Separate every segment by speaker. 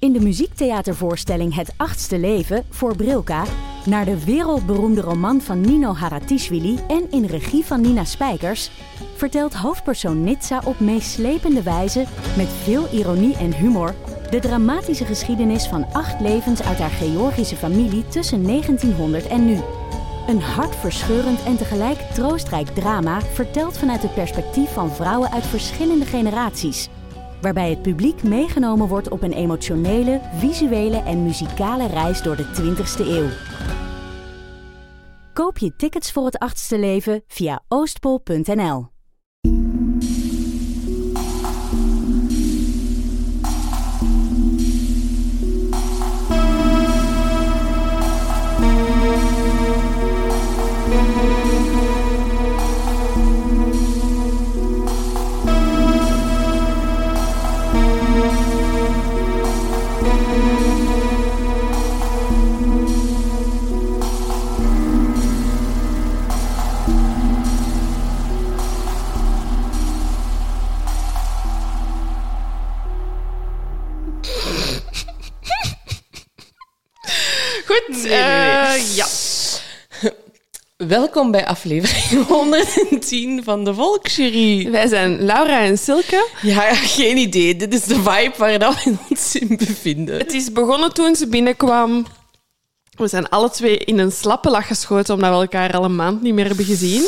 Speaker 1: in de muziektheatervoorstelling Het Achtste Leven voor Brilka naar de wereldberoemde roman van Nino Haratischvili en in regie van Nina Spijkers vertelt hoofdpersoon Nitsa op meeslepende wijze, met veel ironie en humor, de dramatische geschiedenis van 8 levens uit haar Georgische familie tussen 1900 en nu. Een hartverscheurend en tegelijk troostrijk drama verteld vanuit het perspectief van vrouwen uit verschillende generaties, waarbij het publiek meegenomen wordt op een emotionele, visuele en muzikale reis door de 20e eeuw. Koop je tickets voor Het Achtste Leven via oostpol.nl.
Speaker 2: Goed, ja.
Speaker 3: Welkom bij aflevering 110 van de Volksjury.
Speaker 2: Wij zijn Laura en Silke.
Speaker 3: Ja, geen idee. Dit is de vibe waar we ons in bevinden.
Speaker 2: Het is begonnen toen ze binnenkwam. We zijn alle twee in een slappe lach geschoten omdat we elkaar al een maand niet meer hebben gezien.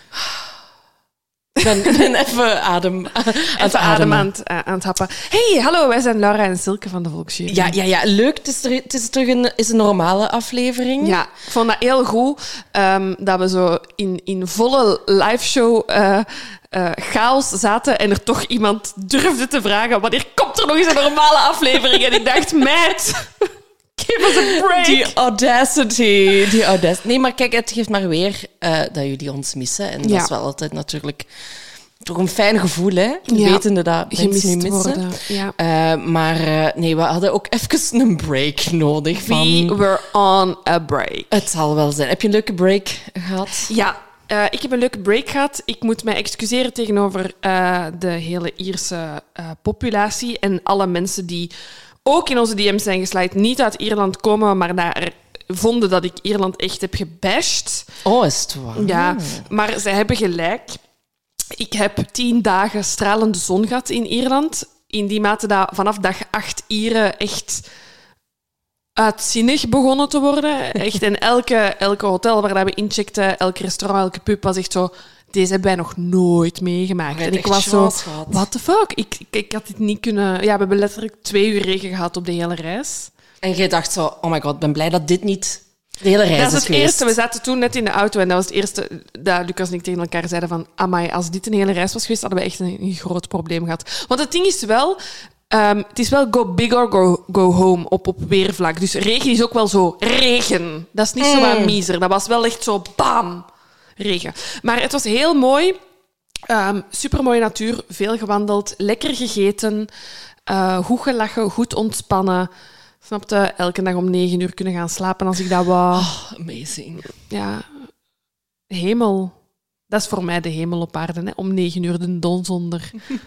Speaker 3: Ik ben even adem
Speaker 2: aan het happen. Hey, hallo, wij zijn Laura en Silke van de Volksjury.
Speaker 3: Ja, leuk. Het is terug een normale aflevering.
Speaker 2: Ja, ik vond dat heel goed dat we zo in volle liveshow chaos zaten en er toch iemand durfde te vragen wanneer komt er nog eens een normale aflevering? En ik dacht, meid, give us a break.
Speaker 3: Die audacity. Nee, maar kijk, het geeft maar weer dat jullie ons missen. En dat is wel altijd natuurlijk toch een fijn gevoel, hè? Wetende dat mensen nu missen.
Speaker 2: Ja.
Speaker 3: Maar nee, we hadden ook even een break nodig.
Speaker 2: We were on a break.
Speaker 3: Het zal wel zijn. Heb je een leuke break gehad?
Speaker 2: Ja. Ik heb een leuke break gehad. Ik moet mij excuseren tegenover de hele Ierse populatie en alle mensen die ook in onze DM's zijn geslaaid, niet uit Ierland komen, maar daar vonden dat ik Ierland echt heb gebashed.
Speaker 3: Oh, is het waar?
Speaker 2: Ja, maar ze hebben gelijk. Ik heb 10 dagen stralende zon gehad in Ierland. In die mate dat vanaf dag 8 Ieren echt uitzinnig begonnen te worden. Echt, en elke hotel waar we incheckten, elk restaurant, elke pub was echt zo, deze hebben wij nog nooit meegemaakt. En ik was zo, what the fuck? Ik had dit niet kunnen. Ja, we hebben letterlijk 2 uur regen gehad op de hele reis.
Speaker 3: En jij dacht zo, oh my god, ik ben blij dat dit niet de hele reis is
Speaker 2: geweest. Dat is het eerste. We zaten toen net in de auto en dat was het eerste dat Lucas en ik tegen elkaar zeiden van, amai, als dit een hele reis was geweest, hadden we echt een groot probleem gehad. Want het ding is wel, het is wel go big or go home op weervlak. Dus regen is ook wel zo regen. Dat is niet zo wat miezer. Dat was wel echt zo bam, regen. Maar het was heel mooi. Supermooie natuur, veel gewandeld, lekker gegeten, goed gelachen, goed ontspannen. Snapte? Elke dag om 9 uur kunnen gaan slapen als ik dat wou.
Speaker 3: Oh, amazing.
Speaker 2: Ja, hemel. Dat is voor mij de hemel op aarde, hè? Om 9 uur de donsonder.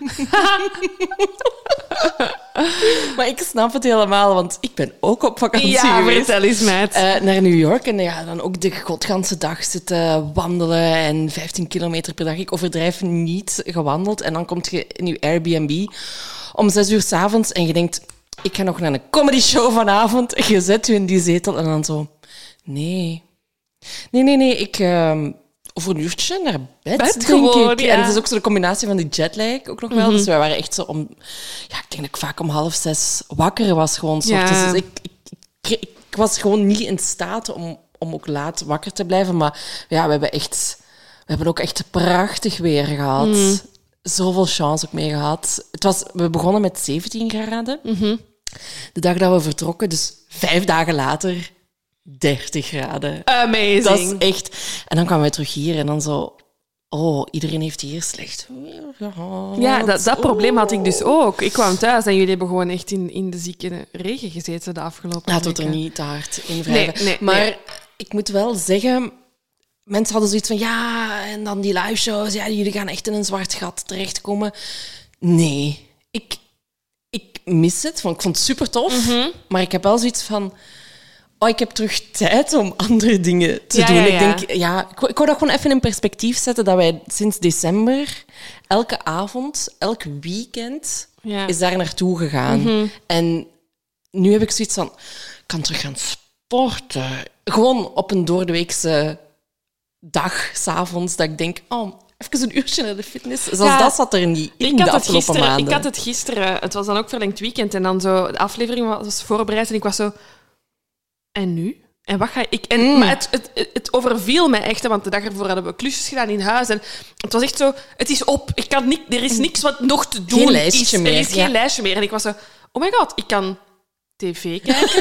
Speaker 3: Maar ik snap het helemaal, want ik ben ook op vakantie geweest.
Speaker 2: Vertel eens, meid.
Speaker 3: Naar New York en dan ook de godganse dag zitten wandelen en 15 kilometer per dag. Ik overdrijf niet gewandeld. En dan kom je in je Airbnb om 6 uur 's avonds en je denkt, ik ga nog naar een comedy show vanavond. Je zet je in die zetel en dan zo, nee, ik over een uurtje naar bed denk
Speaker 2: gewoon,
Speaker 3: ik.
Speaker 2: ja.
Speaker 3: En het is ook zo de combinatie van die jetlag ook nog wel. Dus wij waren echt zo ik denk dat ik vaak om 5:30 wakker was gewoon 's ochtends. Dus ik was gewoon niet in staat om ook laat wakker te blijven. Maar ja, we hebben ook echt prachtig weer gehad. Zoveel chance ook mee gehad. We begonnen met 17 graden. De dag dat we vertrokken, dus 5 dagen later, 30 graden.
Speaker 2: Amazing.
Speaker 3: Dat is echt... En dan kwamen we terug hier en dan zo... Oh, iedereen heeft hier slecht weer gehad.
Speaker 2: Ja, dat probleem had ik dus ook. Ik kwam thuis en jullie hebben gewoon echt in de zieke regen gezeten de afgelopen
Speaker 3: Laten we het er niet te hard in wrijven. Maar ik moet wel zeggen... Mensen hadden zoiets van, ja, en dan die live shows, ja, jullie gaan echt in een zwart gat terechtkomen. Nee, ik mis het, want ik vond het super tof. Maar ik heb wel zoiets van... ik heb terug tijd om andere dingen te doen. Ik denk, ik wou dat gewoon even in perspectief zetten, dat wij sinds december elke avond, elk weekend is daar naartoe gegaan. En nu heb ik zoiets van... Ik kan terug gaan sporten. Gewoon op een doordeweekse dag, 's avonds, dat ik denk... even een uurtje naar de fitness. Zelfs dat zat er niet in de afgelopen maanden.
Speaker 2: Ik had het gisteren. Het was dan ook verlengd weekend. En dan zo... De aflevering was voorbereid en ik was zo... En nu? En wat ga ik... Maar het overviel mij echt, want de dag ervoor hadden we klusjes gedaan in huis. En het was echt zo... Het is op. Ik kan niet, er is niks wat nog te doen
Speaker 3: geen lijstje meer.
Speaker 2: Er is geen lijstje meer. En ik was zo... Oh my god, ik kan tv kijken.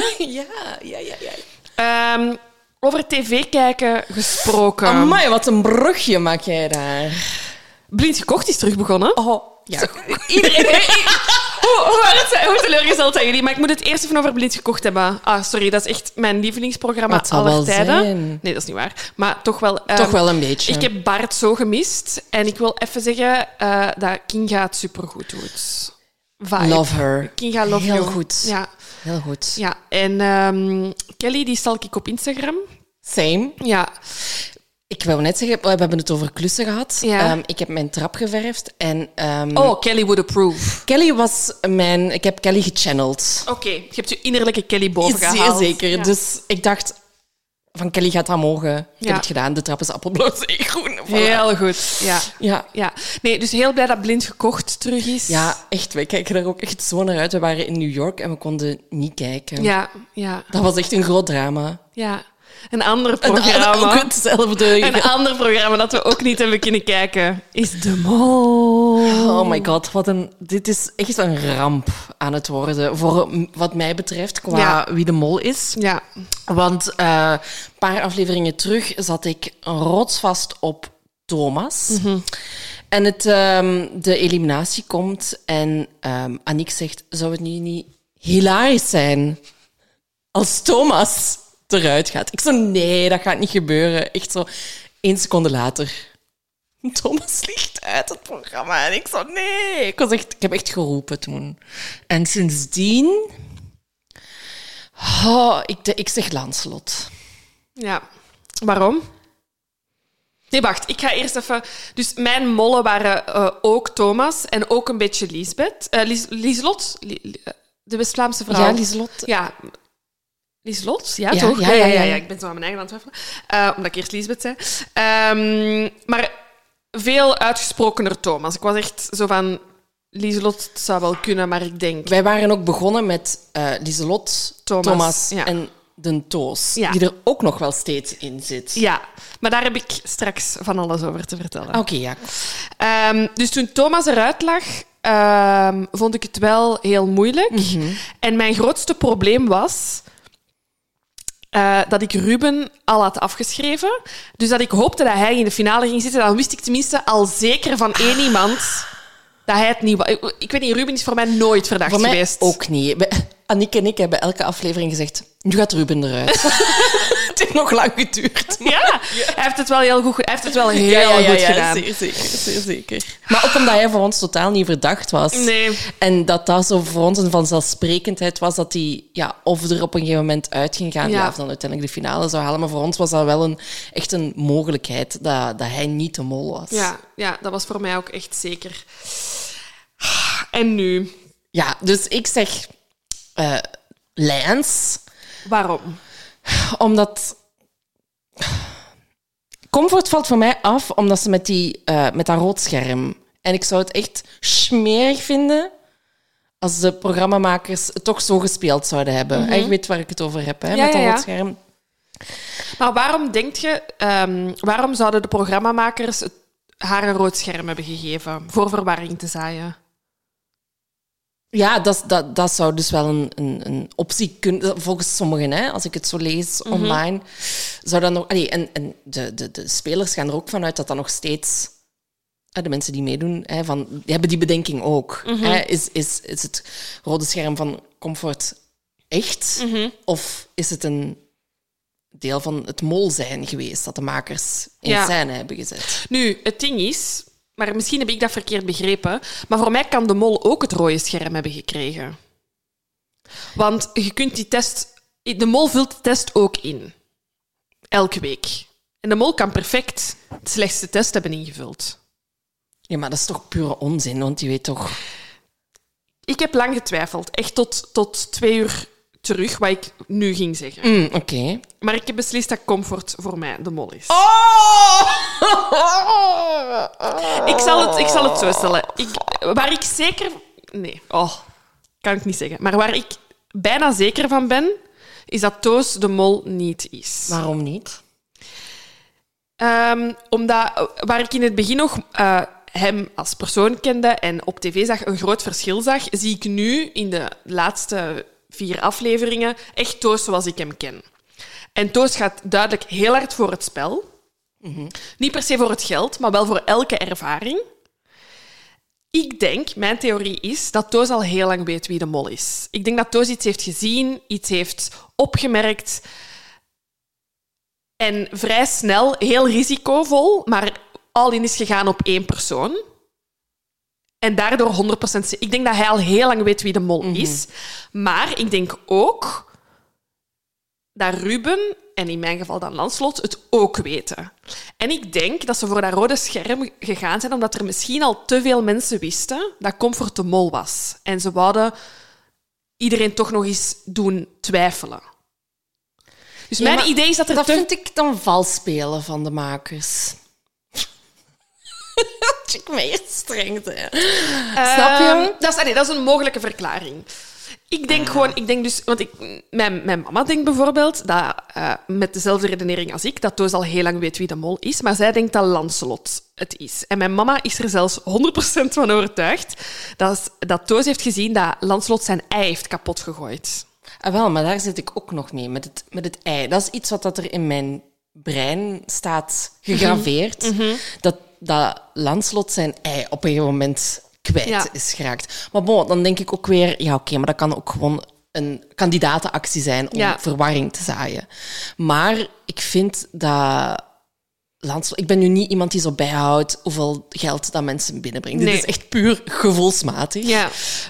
Speaker 2: Over tv kijken gesproken.
Speaker 3: Amai, wat een brugje maak jij daar.
Speaker 2: Blind gekocht is terug begonnen.
Speaker 3: Ja.
Speaker 2: Iedereen... Hoe teleurgesteld zijn jullie? Maar ik moet het eerst even over Blind gekocht hebben. Sorry, dat is echt mijn lievelingsprogramma aller tijden.
Speaker 3: Zijn.
Speaker 2: Nee, dat is niet waar. Maar toch wel...
Speaker 3: toch wel een beetje.
Speaker 2: Ik heb Bart zo gemist. En ik wil even zeggen dat Kinga het supergoed doet. Vibe.
Speaker 3: Love her.
Speaker 2: Kinga, love
Speaker 3: Heel
Speaker 2: you.
Speaker 3: goed.
Speaker 2: Ja.
Speaker 3: Heel goed.
Speaker 2: Ja. En Kelly, die stalk ik op Instagram.
Speaker 3: Same.
Speaker 2: Ja.
Speaker 3: Ik wou net zeggen, we hebben het over klussen gehad.
Speaker 2: Ja.
Speaker 3: Ik heb mijn trap geverfd. En,
Speaker 2: Kelly would approve.
Speaker 3: Kelly was mijn... Ik heb Kelly gechanneld.
Speaker 2: Oké, je hebt je innerlijke Kelly boven
Speaker 3: Zeer
Speaker 2: gehaald.
Speaker 3: zeker.
Speaker 2: Ja.
Speaker 3: Dus ik dacht, van Kelly gaat dat mogen. Ik
Speaker 2: Ja.
Speaker 3: heb het gedaan. De trap is appelblauw, groen. Voilà.
Speaker 2: Heel goed.
Speaker 3: Ja.
Speaker 2: Ja. Nee, dus heel blij dat Blind gekocht terug is.
Speaker 3: Ja, echt. Wij kijken daar ook echt zo naar uit. We waren in New York en we konden niet kijken.
Speaker 2: Ja.
Speaker 3: Dat was echt een groot drama.
Speaker 2: Ja. Een ander programma.
Speaker 3: Ook hetzelfde.
Speaker 2: Een ander programma dat we ook niet hebben kunnen kijken is De Mol.
Speaker 3: Oh my god, dit is echt een ramp aan het worden. Voor wat mij betreft, qua wie de mol is.
Speaker 2: Ja.
Speaker 3: Want een paar afleveringen terug zat ik rotsvast op Thomas. En de eliminatie komt en Aniek zegt, zou het nu niet hilarisch zijn als Thomas eruit gaat? Ik zo, nee, dat gaat niet gebeuren. Echt zo, 1 seconde later. Thomas ligt uit het programma. En ik zo, nee. Ik heb echt geroepen toen. En sindsdien... ik zeg Lancelot.
Speaker 2: Ja. Waarom? Nee, wacht. Ik ga eerst even... Dus mijn mollen waren ook Thomas en ook een beetje Liesbeth. Lieslot? De West-Vlaamse vrouw.
Speaker 3: Ja, Lieslot.
Speaker 2: Ja. Lieslot? Ja,
Speaker 3: Ja,
Speaker 2: toch?
Speaker 3: ja.
Speaker 2: Ik ben zo aan mijn eigen aan het twijfelen. Omdat ik eerst Liesbeth zei. Maar veel uitgesprokener Thomas. Ik was echt zo van... Lieselot zou wel kunnen, maar ik denk...
Speaker 3: Wij waren ook begonnen met Lieselot, Thomas
Speaker 2: ja.
Speaker 3: en de Toos.
Speaker 2: Ja.
Speaker 3: Die er ook nog wel steeds in zit.
Speaker 2: Ja, maar daar heb ik straks van alles over te vertellen.
Speaker 3: Oké, ja.
Speaker 2: Dus toen Thomas eruit lag, vond ik het wel heel moeilijk. En mijn grootste probleem was... dat ik Ruben al had afgeschreven. Dus dat ik hoopte dat hij in de finale ging zitten. Dan wist ik tenminste al zeker van één iemand dat hij het niet was. Ik weet niet, Ruben is voor mij nooit verdacht
Speaker 3: Voor mij
Speaker 2: geweest.
Speaker 3: ook niet. Annick en ik hebben elke aflevering gezegd, nu gaat Ruben eruit. Het heeft nog lang geduurd.
Speaker 2: Ja, hij heeft het wel heel goed, hij heeft het wel heel goed gedaan.
Speaker 3: Zeer zeker. Maar ook omdat hij voor ons totaal niet verdacht was.
Speaker 2: Nee.
Speaker 3: En dat zo voor ons een vanzelfsprekendheid was dat hij of er op een gegeven moment uit ging gaan, of dan uiteindelijk de finale zou halen. Maar voor ons was dat wel echt een mogelijkheid dat hij niet de mol was.
Speaker 2: Ja, dat was voor mij ook echt zeker. En nu?
Speaker 3: Ja, dus ik zeg Lance.
Speaker 2: Waarom?
Speaker 3: Omdat... Comfort valt voor mij af, omdat ze met dat rood scherm... En ik zou het echt smerig vinden als de programmamakers het toch zo gespeeld zouden hebben. Je weet waar ik het over heb, met dat rood scherm.
Speaker 2: Maar waarom denk je... waarom zouden de programmamakers haar een rood scherm hebben gegeven? Voor verwarring te zaaien?
Speaker 3: Ja, dat zou dus wel een optie kunnen... Volgens sommigen, als ik het zo lees online, zou dat nog... En de spelers gaan er ook vanuit dat dat nog steeds... De mensen die meedoen, die hebben die bedenking ook. Is het rode scherm van Comfort echt? Of is het een deel van het mol zijn geweest dat de makers in scène hebben gezet?
Speaker 2: Nu, het ding is... Maar misschien heb ik dat verkeerd begrepen. Maar voor mij kan de mol ook het rode scherm hebben gekregen. Want je kunt die test... De mol vult de test ook in. Elke week. En de mol kan perfect de slechtste test hebben ingevuld.
Speaker 3: Ja, maar dat is toch pure onzin, want die weet toch...
Speaker 2: Ik heb lang getwijfeld. Echt tot 2 uur terug, wat ik nu ging zeggen.
Speaker 3: Oké.
Speaker 2: Maar ik heb beslist dat Comfort voor mij de mol is.
Speaker 3: Oh!
Speaker 2: Ik zal het zo stellen. Waar ik zeker... Nee, kan ik niet zeggen. Maar waar ik bijna zeker van ben, is dat Toos de mol niet is.
Speaker 3: Waarom niet?
Speaker 2: Omdat waar ik in het begin nog hem als persoon kende en op tv een groot verschil zag, zie ik nu in de laatste 4 afleveringen echt Toos zoals ik hem ken. En Toos gaat duidelijk heel hard voor het spel. Mm-hmm. Niet per se voor het geld, maar wel voor elke ervaring. Ik denk, mijn theorie is, dat Toos al heel lang weet wie de mol is. Ik denk dat Toos iets heeft gezien, iets heeft opgemerkt. En vrij snel, heel risicovol, maar al in is gegaan op 1 persoon. En daardoor 100%... Ik denk dat hij al heel lang weet wie de mol is. Maar ik denk ook dat Ruben, en in mijn geval dan Lancelot, het ook weten. En ik denk dat ze voor dat rode scherm gegaan zijn omdat er misschien al te veel mensen wisten dat Comfort de mol was. En ze wouden iedereen toch nog eens doen twijfelen. Dus mijn idee is dat er...
Speaker 3: Dat vind ik dan vals spelen van de makers. Chick Meijer strengte. Snap je?
Speaker 2: Dat is een mogelijke verklaring. Ik denk dus... Want mijn mama denkt bijvoorbeeld dat, met dezelfde redenering als ik, dat Toos al heel lang weet wie de mol is, maar zij denkt dat Lancelot het is. En mijn mama is er zelfs 100% van overtuigd dat Toos heeft gezien dat Lancelot zijn ei heeft kapot gegooid.
Speaker 3: Wel, maar daar zit ik ook nog mee, met het ei. Dat is iets wat er in mijn brein staat gegraveerd. Mm-hmm. Dat Lancelot zijn ei op een gegeven moment kwijt is geraakt. Maar bon, dan denk ik ook weer... Ja, oké, maar dat kan ook gewoon een kandidatenactie zijn om verwarring te zaaien. Maar ik vind dat... Lancelot... Ik ben nu niet iemand die zo bijhoudt hoeveel geld dat mensen binnenbrengen. Nee. Dit is echt puur gevoelsmatig. Ja.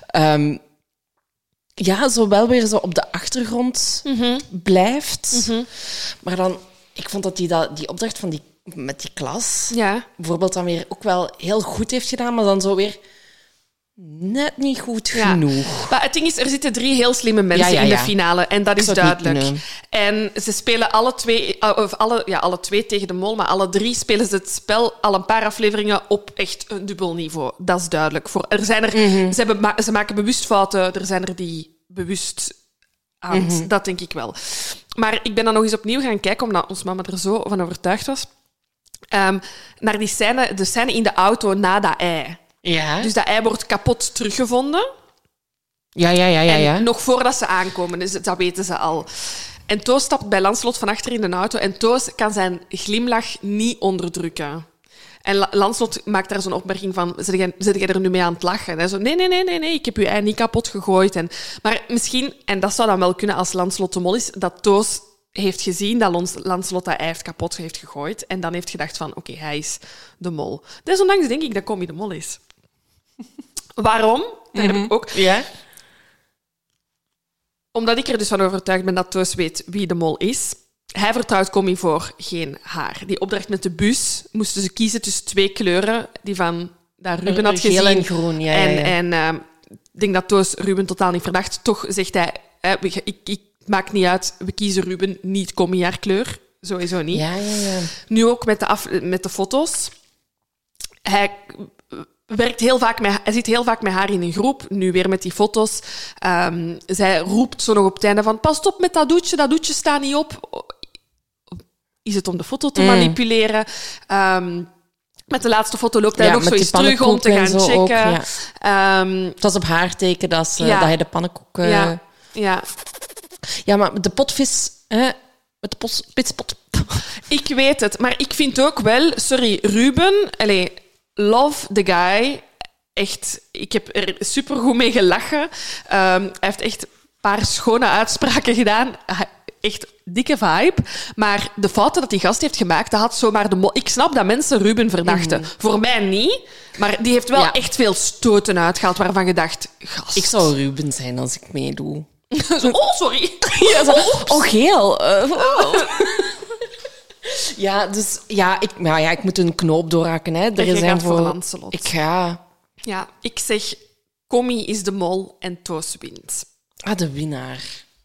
Speaker 3: Ja, zo wel weer zo op de achtergrond blijft. Mm-hmm. Maar dan... Ik vond dat die opdracht van met die klas bijvoorbeeld dan weer ook wel heel goed heeft gedaan, maar dan zo weer net niet goed genoeg.
Speaker 2: Maar het ding is, er zitten 3 heel slimme mensen in de finale en dat is duidelijk. En ze spelen alle 2 tegen de mol, maar alle 3 spelen ze het spel al een paar afleveringen op echt een dubbel niveau. Dat is duidelijk. Ze maken bewust fouten, er zijn er die bewust aan. Dat denk ik wel. Maar ik ben dan nog eens opnieuw gaan kijken, omdat ons mama er zo van overtuigd was, naar die scène, de scène in de auto na dat ei. Ja. Dus dat ei wordt kapot teruggevonden. Ja. Nog voordat ze aankomen, dus dat weten ze al. En Toos stapt bij Lancelot van achter in de auto en Toos kan zijn glimlach niet onderdrukken. En Lancelot maakt daar zo'n opmerking van, zit jij er nu mee aan het lachen? En hij zo, nee, ik heb je ei niet kapot gegooid. Maar misschien, en dat zou dan wel kunnen als Lancelot de mol is, dat Toos heeft gezien dat Lancelot dat ei kapot heeft gegooid en dan heeft gedacht van, oké, hij is de mol. Desondanks denk ik dat Commie de mol is. Waarom? Daar heb ik ook...
Speaker 3: Ja.
Speaker 2: Omdat ik er dus van overtuigd ben dat Toos weet wie de mol is. Hij vertrouwt Commie voor geen haar. Die opdracht met de bus moesten ze kiezen tussen 2 kleuren die van dat Ruben had gezien.
Speaker 3: Geel en groen, ja.
Speaker 2: En ik denk dat Toos Ruben totaal niet verdacht. Toch zegt hij, ik maakt niet uit, we kiezen Ruben, niet Commie haar kleur. Sowieso niet.
Speaker 3: Ja.
Speaker 2: Nu ook met de foto's. Hij zit heel vaak met haar in een groep. Nu weer met die foto's. Zij roept zo nog op het einde van, pas op met dat doetje staat niet op. Is het om de foto te manipuleren? Met de laatste foto loopt hij nog zo eens terug om te gaan checken. Ook,
Speaker 3: het was op haar teken dat hij de pannenkoek... Ja, maar de potvis... Met de pitspot.
Speaker 2: Ik weet het, maar ik vind ook wel... Sorry, Ruben... Love the guy. Echt, ik heb er supergoed mee gelachen. Hij heeft echt een paar schone uitspraken gedaan. echt dikke vibe. Maar de fouten dat die gast heeft gemaakt, dat had zomaar de Ik snap dat mensen Ruben verdachten. Voor mij niet. Maar die heeft wel echt veel stoten uitgehaald waarvan je dacht... Gast.
Speaker 3: Ik zou Ruben zijn als ik meedoe.
Speaker 2: Oh, sorry.
Speaker 3: Ja, zo, geel. Ja, dus ik moet een knoop doorhakken. Hè. Er zijn
Speaker 2: voor Lancelot.
Speaker 3: Ik ga...
Speaker 2: Ja, ik zeg... Commie is de mol en Toos wint.
Speaker 3: Ah, de winnaar.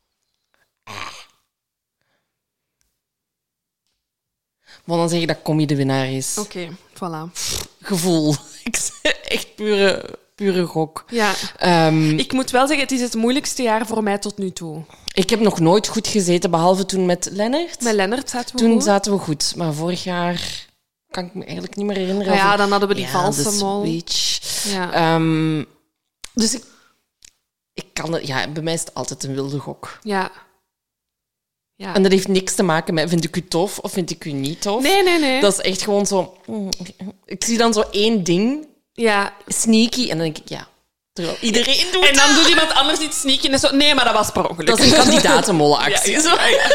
Speaker 3: Maar dan zeg ik dat Commie de winnaar is.
Speaker 2: Oké, voilà.
Speaker 3: Gevoel. Ik zeg echt pure gok.
Speaker 2: Ja. Ik moet wel zeggen, het is het moeilijkste jaar voor mij tot nu toe.
Speaker 3: Ik heb nog nooit goed gezeten, behalve toen met Lennart.
Speaker 2: Met Lennart zaten we
Speaker 3: Toen
Speaker 2: goed.
Speaker 3: zaten we goed. Maar vorig jaar kan ik me eigenlijk niet meer herinneren.
Speaker 2: Ja, dan hadden we die valse
Speaker 3: de
Speaker 2: mol.
Speaker 3: switch.
Speaker 2: Ja.
Speaker 3: Dus ik kan het... Ja, bij mij is het altijd een wilde gok.
Speaker 2: Ja. Ja.
Speaker 3: En dat heeft niks te maken met vind ik u tof of vind ik u niet tof.
Speaker 2: Nee.
Speaker 3: Dat is echt gewoon zo... Ik zie dan zo één ding,
Speaker 2: Ja.
Speaker 3: sneaky, en dan denk ik, ja... Terwijl iedereen doet
Speaker 2: En dan doet iemand anders iets sneaky en zo... Nee, maar dat was per ongeluk.
Speaker 3: dat is een kandidatenmollenactie.
Speaker 2: Ja.
Speaker 3: Zo.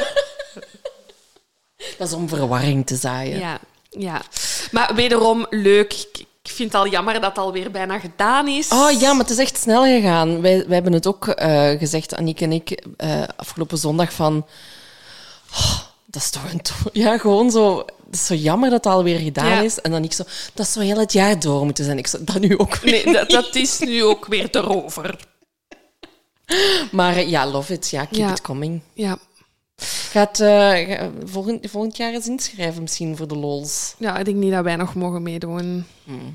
Speaker 3: Dat is om verwarring te zaaien.
Speaker 2: Ja. Maar wederom leuk. Ik vind het al jammer dat het alweer bijna gedaan is.
Speaker 3: Oh ja, maar het is echt snel gegaan. Wij hebben het ook gezegd, Aniek en ik, afgelopen zondag van... Oh, dat is toch ja, gewoon zo... Het is zo jammer dat het alweer gedaan is. En dan ik zo... Dat zou heel het jaar door moeten zijn. Ik zo, dat nu ook weer
Speaker 2: Nee, dat is nu ook weer erover.
Speaker 3: Maar ja, love it. Ja, keep it coming.
Speaker 2: Ja.
Speaker 3: Gaat volgend jaar eens inschrijven misschien voor de lols.
Speaker 2: Ja, ik denk niet dat wij nog mogen meedoen.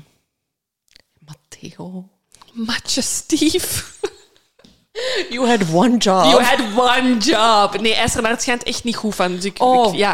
Speaker 3: Matteo.
Speaker 2: Matje Steve.
Speaker 3: You had one job.
Speaker 2: You had one job. Nee, Esther, het schijnt echt niet goed van. Dus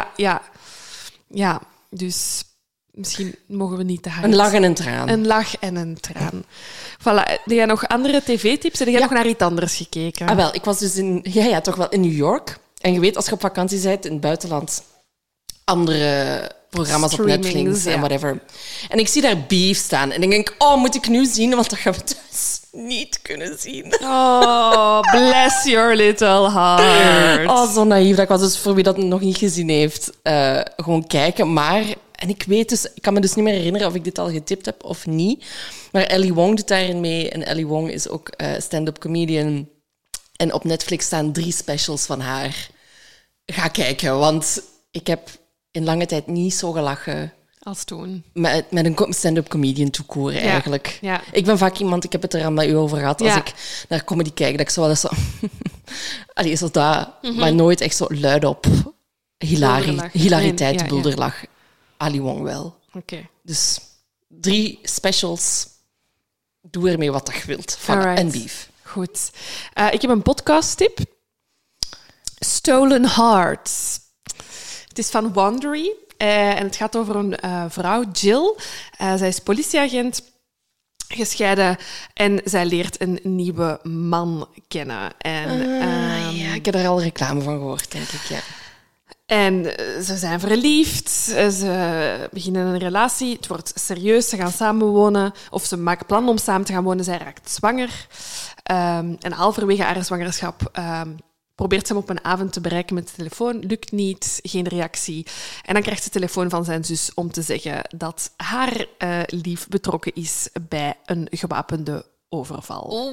Speaker 2: ja, dus misschien mogen we niet te hard.
Speaker 3: Een lach en een traan.
Speaker 2: Een lach en een traan. Voilà. Heb jij nog andere tv-tips? Heb jij nog naar iets anders gekeken?
Speaker 3: Ah, wel, ik was dus toch wel in New York. En je weet, als je op vakantie bent in het buitenland, andere programma's op Netflix en whatever. En ik zie daar Beef staan. En ik denk, moet ik nu zien? Want dat gaan we dus niet kunnen zien.
Speaker 2: Oh, bless your little heart.
Speaker 3: Oh, zo naïef dat ik was. Dus voor wie dat nog niet gezien heeft, gewoon kijken. Maar, en ik kan me dus niet meer herinneren of ik dit al getipt heb of niet. Maar Ellie Wong doet daarin mee. En Ellie Wong is ook stand-up comedian. En op Netflix staan 3 specials van haar. Ga kijken, want ik heb in lange tijd niet zo gelachen
Speaker 2: als toen.
Speaker 3: Met een stand-up comedian toekoor eigenlijk.
Speaker 2: Ja.
Speaker 3: Ik ben vaak iemand, ik heb het er aan met u over gehad, als ik naar comedy kijk, dat ik zo wel eens zo... Allee, is dat, maar nooit echt zo luid op hilariteit, bulderlach. Ali Wong wel.
Speaker 2: Oké.
Speaker 3: Dus 3 specials. Doe ermee wat je wilt. En Beef.
Speaker 2: Goed. Ik heb een podcast-tip. Stolen Hearts. Het is van Wondery. En het gaat over een vrouw, Jill. Zij is politieagent, gescheiden. En zij leert een nieuwe man kennen.
Speaker 3: Ja, ik heb er al reclame van gehoord, denk ik. Ja.
Speaker 2: En ze zijn verliefd. Ze beginnen een relatie. Het wordt serieus. Ze gaan samenwonen. Of ze maken plannen om samen te gaan wonen. Zij raakt zwanger. En halverwege haar zwangerschap probeert ze hem op een avond te bereiken met de telefoon. Lukt niet, geen reactie. En dan krijgt ze telefoon van zijn zus om te zeggen dat haar lief betrokken is bij een gewapende overval.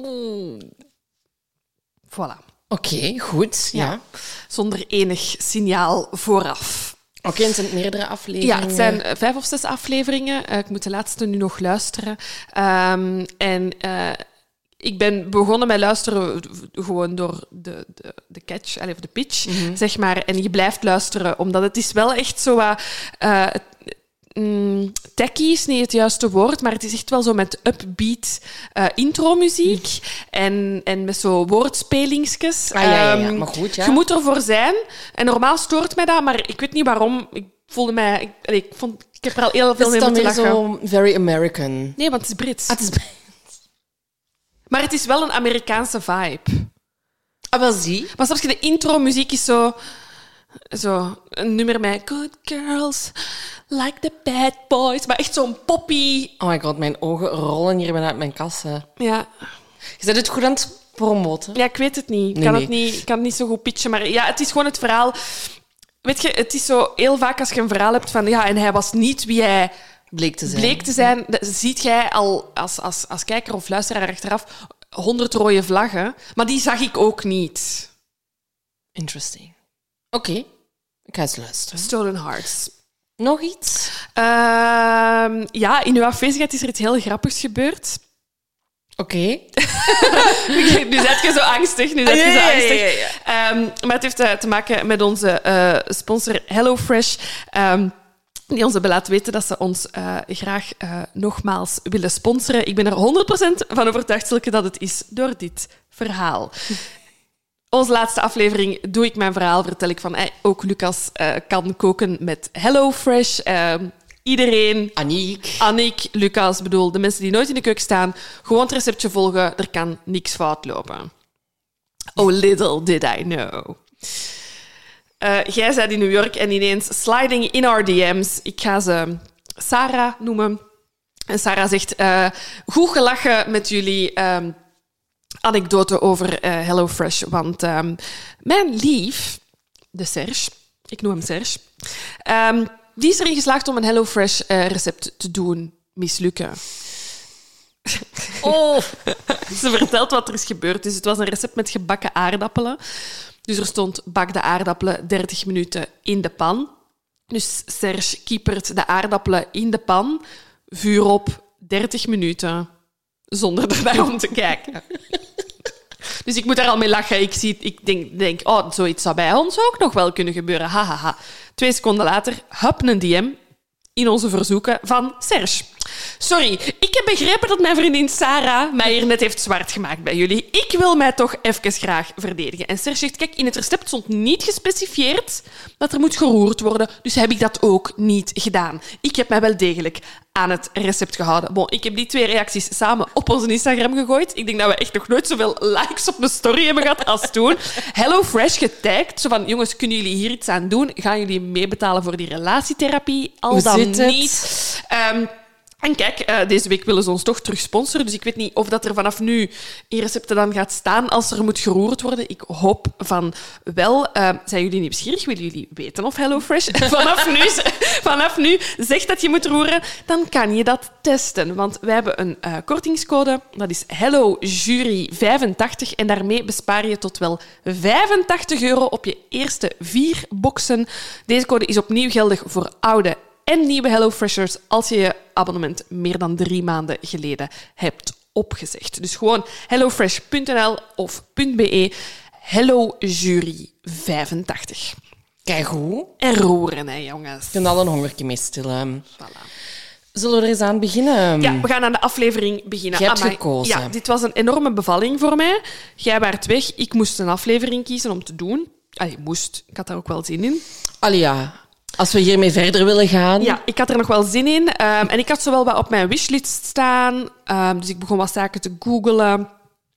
Speaker 2: Voilà.
Speaker 3: Oké, goed. Ja.
Speaker 2: Zonder enig signaal vooraf.
Speaker 3: Oké, en het zijn meerdere afleveringen?
Speaker 2: Ja, het zijn 5 of 6 afleveringen. Ik moet de laatste nu nog luisteren. Ik ben begonnen met luisteren gewoon door de catch, of de pitch, zeg maar. En je blijft luisteren, omdat het is wel echt zo wat... techie is niet het juiste woord, maar het is echt wel zo met upbeat intromuziek en met zo woordspelingsjes.
Speaker 3: Maar goed, ja.
Speaker 2: Je moet ervoor zijn. En normaal stoort mij dat, maar ik weet niet waarom. Ik voelde mij... Ik heb er al heel veel mee moeten lachen.
Speaker 3: Is het dan weer zo very American?
Speaker 2: Nee, want het is Brits.
Speaker 3: Het is Brits.
Speaker 2: Maar het is wel een Amerikaanse vibe.
Speaker 3: Ah, wel zie.
Speaker 2: Maar zelfs de intro-muziek is zo een nummer met Good girls, like the bad boys. Maar echt zo'n poppy...
Speaker 3: Oh my god, mijn ogen rollen hier bijna uit mijn kassen.
Speaker 2: Ja.
Speaker 3: Je bent het goed aan het promoten?
Speaker 2: Ja, ik weet het niet. Ik kan het niet zo goed pitchen. Maar ja, het is gewoon het verhaal... Weet je, het is zo heel vaak als je een verhaal hebt van... Ja, en hij was niet wie hij bleek te zijn. Dat ziet jij al als kijker of luisteraar achteraf 100 rode vlaggen. Maar die zag ik ook niet.
Speaker 3: Interesting. Oké. Ik ga eens luisteren.
Speaker 2: Stolen Hearts.
Speaker 3: Nog iets?
Speaker 2: Ja, in uw afwezigheid is er iets heel grappigs gebeurd.
Speaker 3: Oké.
Speaker 2: Nu zet je zo angstig.
Speaker 3: Ja.
Speaker 2: Maar het heeft te maken met onze sponsor HelloFresh. Die ons hebben laten weten dat ze ons graag nogmaals willen sponsoren. Ik ben er 100% van overtuigd, Silke, dat het is door dit verhaal. Onze laatste aflevering doe ik mijn verhaal, vertel ik van ook Lucas kan koken met HelloFresh. Iedereen, Annick, Lucas, bedoel, de mensen die nooit in de keuken staan, gewoon het receptje volgen, er kan niks fout lopen. Oh, little did I know. Jij bent in New York en ineens sliding in our DM's. Ik ga ze Sarah noemen. En Sarah zegt, goed gelachen met jullie anekdote over HelloFresh. Want mijn lief, de Serge, ik noem hem Serge, die is erin geslaagd om een HelloFresh recept te doen mislukken.
Speaker 3: Oh.
Speaker 2: Ze vertelt wat er is gebeurd. Dus het was een recept met gebakken aardappelen. Dus er stond bak de aardappelen 30 minuten in de pan. Dus Serge kiepert de aardappelen in de pan, vuur op, 30 minuten, zonder er naar om te kijken. Dus ik moet daar al mee lachen. Ik denk, oh, zoiets zou bij ons ook nog wel kunnen gebeuren. Hahaha. 2 seconden later, hup, een DM in onze verzoeken van Serge. Sorry, ik heb begrepen dat mijn vriendin Sarah mij hier net heeft zwart gemaakt bij jullie. Ik wil mij toch even graag verdedigen. En Serge zegt, kijk, in het recept stond niet gespecificeerd dat er moet geroerd worden, dus heb ik dat ook niet gedaan. Ik heb mij wel degelijk aan het recept gehouden. Bon, ik heb die 2 reacties samen op onze Instagram gegooid. Ik denk dat we echt nog nooit zoveel likes op een story hebben gehad als toen. HelloFresh getagd. Zo van, jongens, kunnen jullie hier iets aan doen? Gaan jullie meebetalen voor die relatietherapie? Al dan niet. En kijk, deze week willen ze ons toch terug sponsoren. Dus ik weet niet of dat er vanaf nu in recepten dan gaat staan als er moet geroerd worden. Ik hoop van wel. Zijn jullie nieuwsgierig? Willen jullie weten of HelloFresh vanaf nu zegt dat je moet roeren? Dan kan je dat testen. Want wij hebben een kortingscode. Dat is HelloJury85. En daarmee bespaar je tot wel €85 op je eerste 4 boxen. Deze code is opnieuw geldig voor oude en nieuwe HelloFreshers als je je abonnement meer dan 3 maanden geleden hebt opgezegd. Dus gewoon hellofresh.nl of .be, HelloJury85.
Speaker 3: Kijk hoe.
Speaker 2: En roeren, hè, jongens.
Speaker 3: Je kunt al een hongertje mee stillen.
Speaker 2: Voilà.
Speaker 3: Zullen we er eens aan beginnen?
Speaker 2: Ja, we gaan aan de aflevering beginnen.
Speaker 3: Jij hebt gekozen.
Speaker 2: Ja, dit was een enorme bevalling voor mij. Jij waart weg. Ik moest een aflevering kiezen om te doen. Moest. Ik had daar ook wel zin in.
Speaker 3: Allee, ja. Als we hiermee verder willen gaan.
Speaker 2: Ja, ik had er nog wel zin in. En ik had zo wel wat op mijn wishlist staan. Dus ik begon wat zaken te googlen.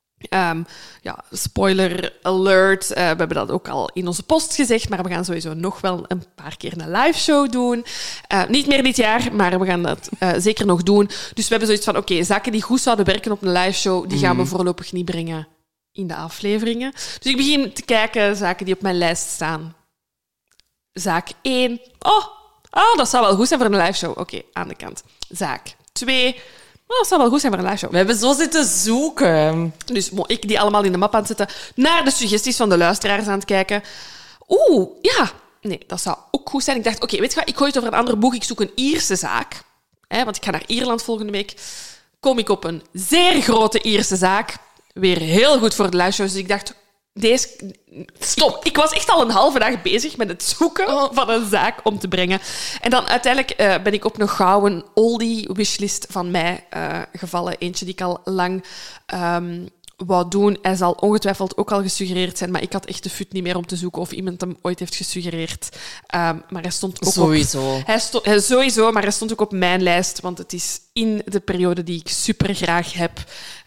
Speaker 2: Spoiler alert. We hebben dat ook al in onze post gezegd, maar we gaan sowieso nog wel een paar keer een live show doen. Niet meer dit jaar, maar we gaan dat zeker nog doen. Dus we hebben zoiets van, oké, zaken die goed zouden werken op een live show, die gaan we voorlopig niet brengen in de afleveringen. Dus ik begin te kijken, zaken die op mijn lijst staan. Zaak 1. Oh, dat zou wel goed zijn voor een live show. Oké, aan de kant. Zaak 2. Dat zou wel goed zijn voor een live show.
Speaker 3: We hebben zo zitten zoeken.
Speaker 2: Dus ik die allemaal in de map aan het zetten, naar de suggesties van de luisteraars aan het kijken. Ja. Nee, dat zou ook goed zijn. Ik dacht, oké, weet je wat, ik gooi het over een ander boek. Ik zoek een Ierse zaak. Want ik ga naar Ierland volgende week. Kom ik op een zeer grote Ierse zaak. Weer heel goed voor de live shows. Dus ik dacht, stop. Ik was echt al een halve dag bezig met het zoeken van een zaak om te brengen. En dan uiteindelijk ben ik op een gouden oldie-wishlist van mij gevallen. Eentje die ik al lang wou doen. Hij zal ongetwijfeld ook al gesuggereerd zijn, maar ik had echt de fut niet meer om te zoeken of iemand hem ooit heeft gesuggereerd. Maar hij stond ook
Speaker 3: sowieso.
Speaker 2: Sowieso, maar hij stond ook op mijn lijst, want het is in de periode die ik super graag heb.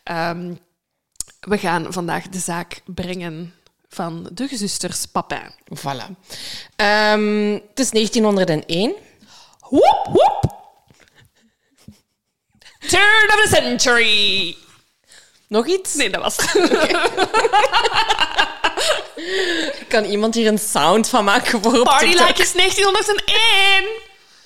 Speaker 2: We gaan vandaag de zaak brengen van de gezusters Papin.
Speaker 3: Voilà. Het is 1901.
Speaker 2: Woep, woep. Turn of the century.
Speaker 3: Nog iets?
Speaker 2: Nee, dat was het.
Speaker 3: Kan iemand hier een sound van maken voor op
Speaker 2: Party
Speaker 3: TikTok?
Speaker 2: like is 1901.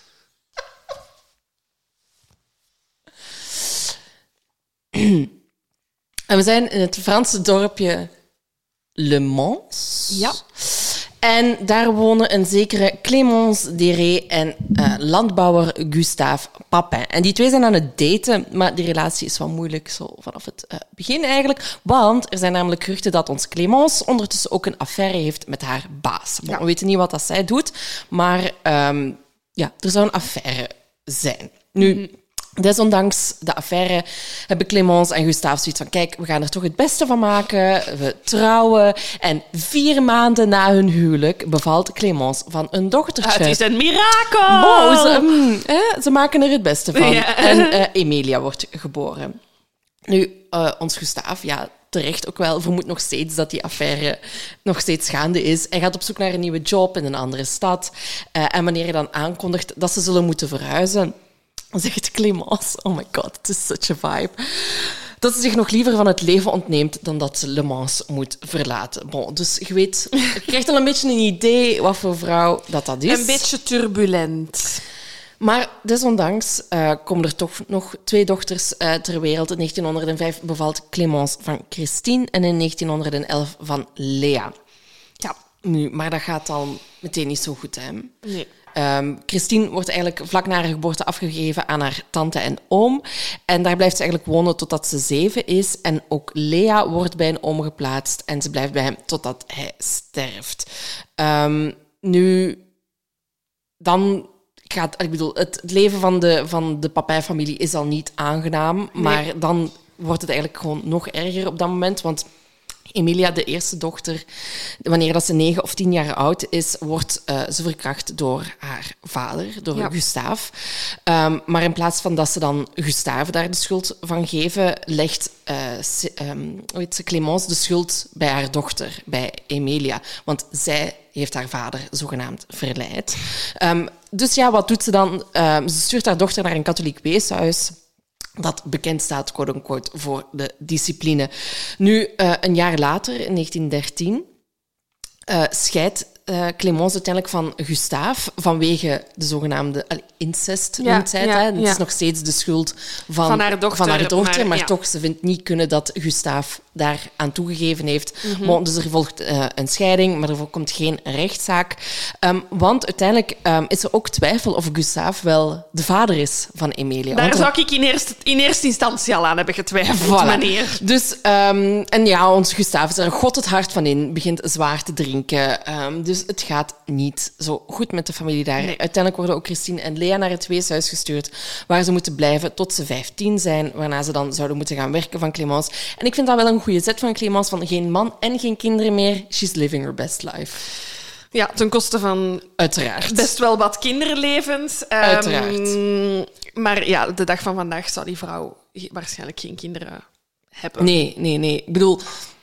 Speaker 3: En we zijn in het Franse dorpje Le Mans.
Speaker 2: Ja.
Speaker 3: En daar wonen een zekere Clémence Desré en landbouwer Gustave Papin. En die twee zijn aan het daten, maar die relatie is wel moeilijk zo vanaf het begin eigenlijk. Want er zijn namelijk geruchten dat ons Clémence ondertussen ook een affaire heeft met haar baas. Bon,
Speaker 2: Ja.
Speaker 3: We weten niet wat dat zij doet, maar ja, er zou een affaire zijn. Nu... Desondanks de affaire hebben Clémence en Gustave zoiets van... Kijk, we gaan er toch het beste van maken. We trouwen. En 4 maanden na hun huwelijk bevalt Clémence van een dochtertje.
Speaker 2: Het is een mirakel.
Speaker 3: Wow, ze maken er het beste van.
Speaker 2: Ja.
Speaker 3: En Emilia wordt geboren. Nu, ons Gustave, ja, terecht ook wel, vermoedt nog steeds dat die affaire nog steeds gaande is. Hij gaat op zoek naar een nieuwe job in een andere stad. En wanneer hij dan aankondigt dat ze zullen moeten verhuizen... Dan zegt Clémence, oh my god, het is such a vibe, dat ze zich nog liever van het leven ontneemt dan dat ze Le Mans moet verlaten. Bon, dus je weet, je krijgt al een beetje een idee wat voor vrouw dat is.
Speaker 2: Een beetje turbulent.
Speaker 3: Maar desondanks komen er toch nog 2 dochters ter wereld. In 1905 bevalt Clémence van Christine en in 1911 van Lea.
Speaker 2: Ja.
Speaker 3: Nu, maar dat gaat al meteen niet zo goed, hè?
Speaker 2: Nee.
Speaker 3: Christine wordt eigenlijk vlak na haar geboorte afgegeven aan haar tante en oom. En daar blijft ze eigenlijk wonen totdat ze 7 is. En ook Lea wordt bij een oom geplaatst. En ze blijft bij hem totdat hij sterft. Nu, dan gaat... Ik bedoel, het leven van de Papin-familie is al niet aangenaam.
Speaker 2: Nee.
Speaker 3: Maar dan wordt het eigenlijk gewoon nog erger op dat moment. Want... Emilia, de eerste dochter, wanneer dat ze 9 of 10 jaar oud is, wordt ze verkracht door haar vader, door Gustave. Maar in plaats van dat ze dan Gustave daar de schuld van geven, legt Clémence de schuld bij haar dochter, bij Emilia. Want zij heeft haar vader zogenaamd verleid. Dus ja, wat doet ze dan? Ze stuurt haar dochter naar een katholiek weeshuis... dat bekend staat, quote-unquote, voor de discipline. Nu, een jaar later, in 1913, scheidt Clémence uiteindelijk van Gustave vanwege de zogenaamde incest, noemt zij het. Hè? Het is nog steeds de schuld van haar dochter, maar toch, ze vindt niet kunnen dat Gustave daar aan toegegeven heeft. Bon, dus er volgt een scheiding, maar er komt geen rechtszaak. Want uiteindelijk is er ook twijfel of Gustave wel de vader is van Emilia.
Speaker 2: Daar zou ik in eerste instantie al aan hebben getwijfeld, meneer.
Speaker 3: Dus, en ja, ons Gustave is er god het hart van in, begint zwaar te drinken. Dus het gaat niet zo goed met de familie daar. Nee. Uiteindelijk worden ook Christine en Lea naar het weeshuis gestuurd, waar ze moeten blijven tot ze 15 zijn, waarna ze dan zouden moeten gaan werken van Clémence. En ik vind dat wel een goede zet van Clémence, van geen man en geen kinderen meer. She's living her best life.
Speaker 2: Ja, ten koste van...
Speaker 3: Uiteraard.
Speaker 2: Best wel wat kinderlevens.
Speaker 3: Uiteraard.
Speaker 2: Maar ja, de dag van vandaag zou die vrouw waarschijnlijk geen kinderen hebben.
Speaker 3: Nee. Ik bedoel...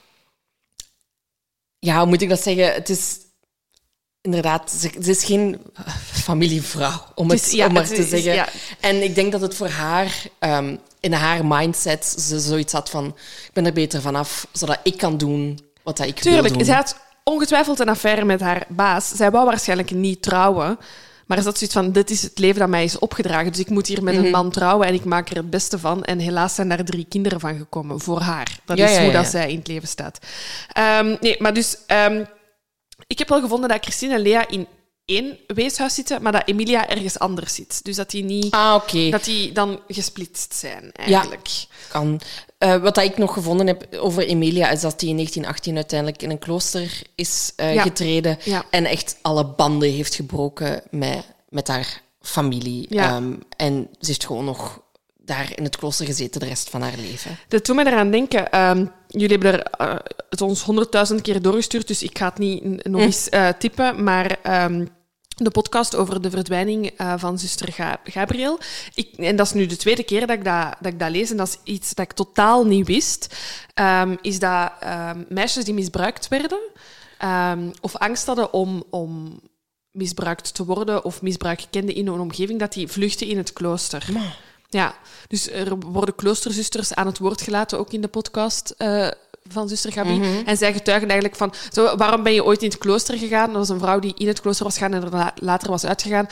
Speaker 3: Ja, hoe moet ik dat zeggen? Het is... Inderdaad, ze is geen familievrouw, om het maar te zeggen. Ja. En ik denk dat het voor haar, in haar mindset, ze zoiets had van... Ik ben er beter vanaf, zodat ik kan doen wat ik wil doen.
Speaker 2: Tuurlijk, zij had ongetwijfeld een affaire met haar baas. Zij wou waarschijnlijk niet trouwen. Maar is dat zoiets van, dit is het leven dat mij is opgedragen. Dus ik moet hier met een man trouwen en ik maak er het beste van. En helaas zijn daar 3 kinderen van gekomen voor haar. Dat is hoe dat zij in het leven staat. Nee, maar dus... ik heb wel gevonden dat Christine en Lea in 1 weeshuis zitten, maar dat Emilia ergens anders zit. Dus dat die niet... Dat die dan gesplitst zijn, eigenlijk.
Speaker 3: Ja, kan. Wat ik nog gevonden heb over Emilia is dat die in 1918 uiteindelijk in een klooster is getreden en echt alle banden heeft gebroken met haar familie.
Speaker 2: Ja.
Speaker 3: En ze heeft gewoon nog daar in het klooster gezeten de rest van haar leven.
Speaker 2: Dat doet mij eraan denken. Jullie hebben het ons 100.000 keer doorgestuurd, dus ik ga het niet nog eens typen, maar... de podcast over de verdwijning van zuster Gabriel. En dat is nu de 2e keer dat ik dat lees. En dat is iets dat ik totaal niet wist. Is dat meisjes die misbruikt werden... of angst hadden om misbruikt te worden... of misbruik kenden in hun omgeving... dat die vluchten in het klooster. Ja, dus er worden kloosterzusters aan het woord gelaten, ook in de podcast van zuster Gabi.
Speaker 3: Mm-hmm.
Speaker 2: En zij getuigen eigenlijk van, waarom ben je ooit in het klooster gegaan? Dat was een vrouw die in het klooster was gegaan en er later was uitgegaan.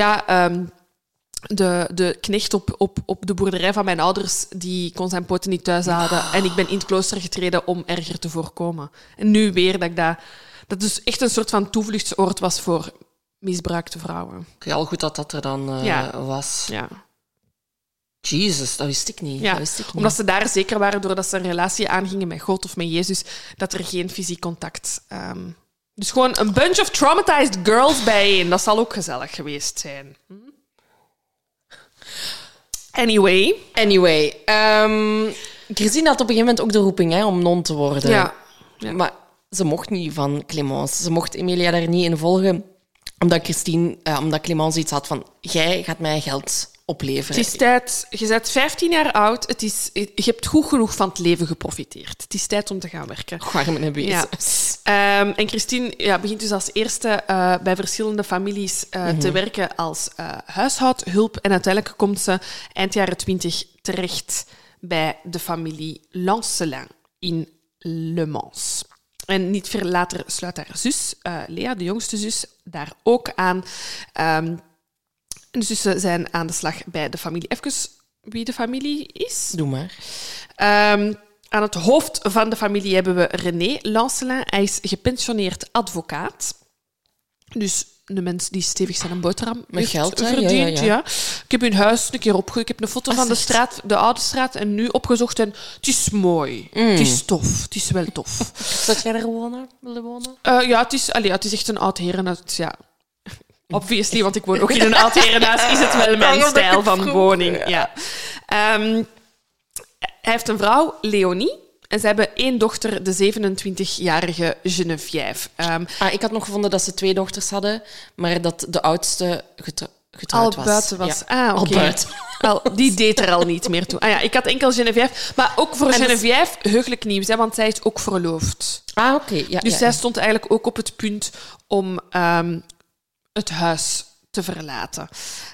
Speaker 2: De knecht op de boerderij van mijn ouders, die kon zijn poten niet thuis houden. En ik ben in het klooster getreden om erger te voorkomen. En nu weer dat dus echt een soort van toevluchtsoord was voor misbruikte vrouwen.
Speaker 3: Ja, al goed dat er dan was.
Speaker 2: Ja.
Speaker 3: Jezus, dat wist ik niet.
Speaker 2: Ja,
Speaker 3: dat wist ik niet.
Speaker 2: omdat ze daar zeker waren, doordat ze een relatie aangingen met God of met Jezus, dat er geen fysiek contact... Dus gewoon een bunch of traumatized girls bijeen. Dat zal ook gezellig geweest zijn. Anyway.
Speaker 3: Christine had op een gegeven moment ook de roeping om non te worden.
Speaker 2: Ja.
Speaker 3: Maar ze mocht niet van Clémence. Ze mocht Emilia daar niet in volgen, omdat Clémence iets had van, jij gaat mij geld opleveren.
Speaker 2: Het is tijd. Je bent 15 jaar oud. Je hebt goed genoeg van het leven geprofiteerd. Het is tijd om te gaan werken.
Speaker 3: Armen en wezens.
Speaker 2: Ja. En Christine begint dus als eerste bij verschillende families te werken als huishoudhulp. En uiteindelijk komt ze eind jaren 20 terecht bij de familie Lancelin in Le Mans. En niet veel later sluit haar zus, Lea, de jongste zus, daar ook aan. De zussen zijn aan de slag bij de familie. Even wie de familie is.
Speaker 3: Doe maar.
Speaker 2: Aan het hoofd van de familie hebben we René Lancelin. Hij is gepensioneerd advocaat. Dus de mens die stevig zijn een boterham
Speaker 3: met geld
Speaker 2: verdient.
Speaker 3: Ja.
Speaker 2: Ik heb hun huis een keer opgezocht. Ik heb een foto van de straat, de oude straat, en nu opgezocht. En het is mooi. Het is tof. Het is wel tof.
Speaker 3: Zou jij er willen wonen?
Speaker 2: Het is echt een oud herenhuis. Ja. Obviously, want ik woon ook in een oud herenhuis, is het wel mijn stijl van woning. Ja. Hij heeft een vrouw, Leonie. En ze hebben 1 dochter, de 27-jarige Geneviève.
Speaker 3: Ik had nog gevonden dat ze 2 dochters hadden, maar dat de oudste getrouwd was.
Speaker 2: Al buiten was.
Speaker 3: Ja.
Speaker 2: Oké.
Speaker 3: Al buiten.
Speaker 2: Wel, die deed er al niet meer toe. Ik had enkel Geneviève. Maar ook voor Geneviève heugelijk nieuws, hè, want zij is ook verloofd.
Speaker 3: Oké. Ja,
Speaker 2: dus zij stond eigenlijk ook op het punt om het huis te verlaten.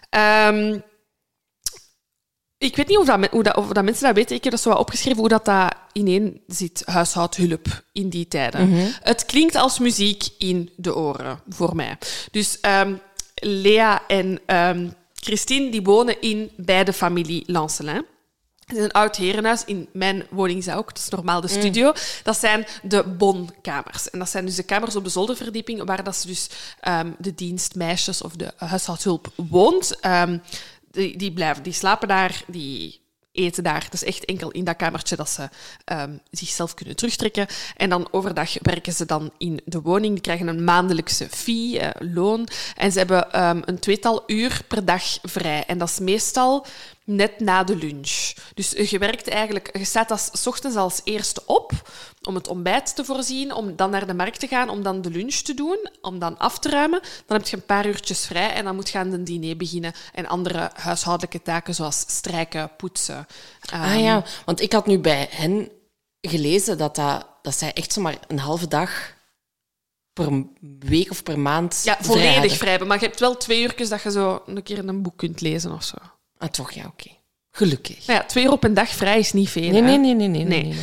Speaker 2: Ik weet niet of dat mensen dat weten. Ik heb dat zo wat opgeschreven, hoe dat ineen zit, huishoudhulp in die tijden. Mm-hmm. Het klinkt als muziek in de oren, voor mij. Dus Lea en Christine die wonen bij de familie Lancelin. Het is een oud herenhuis. In mijn woning is dat ook. Dat is normaal de studio. Dat zijn de bonkamers. En dat zijn dus de kamers op de zolderverdieping waar dat ze dus de dienstmeisjes of de huishoudhulp woont. Die slapen daar, die eten daar. Het is echt enkel in dat kamertje dat ze zichzelf kunnen terugtrekken. En dan overdag werken ze dan in de woning. Die krijgen een maandelijkse fee, loon. En ze hebben een 2-tal uur per dag vrij. En dat is meestal net na de lunch. Dus je staat als 's ochtends als eerste op om het ontbijt te voorzien, om dan naar de markt te gaan, om dan de lunch te doen, om dan af te ruimen. Dan heb je een paar uurtjes vrij en dan moet je aan de diner beginnen en andere huishoudelijke taken zoals strijken, poetsen.
Speaker 3: Want ik had nu bij hen gelezen dat zij echt zomaar een halve dag per week of per maand
Speaker 2: volledig vrij hebben. Maar je hebt wel 2 uurtjes dat je zo een keer een boek kunt lezen of zo.
Speaker 3: Toch, ja, oké. Gelukkig.
Speaker 2: 2 uur op een dag vrij is niet veel.
Speaker 3: Nee.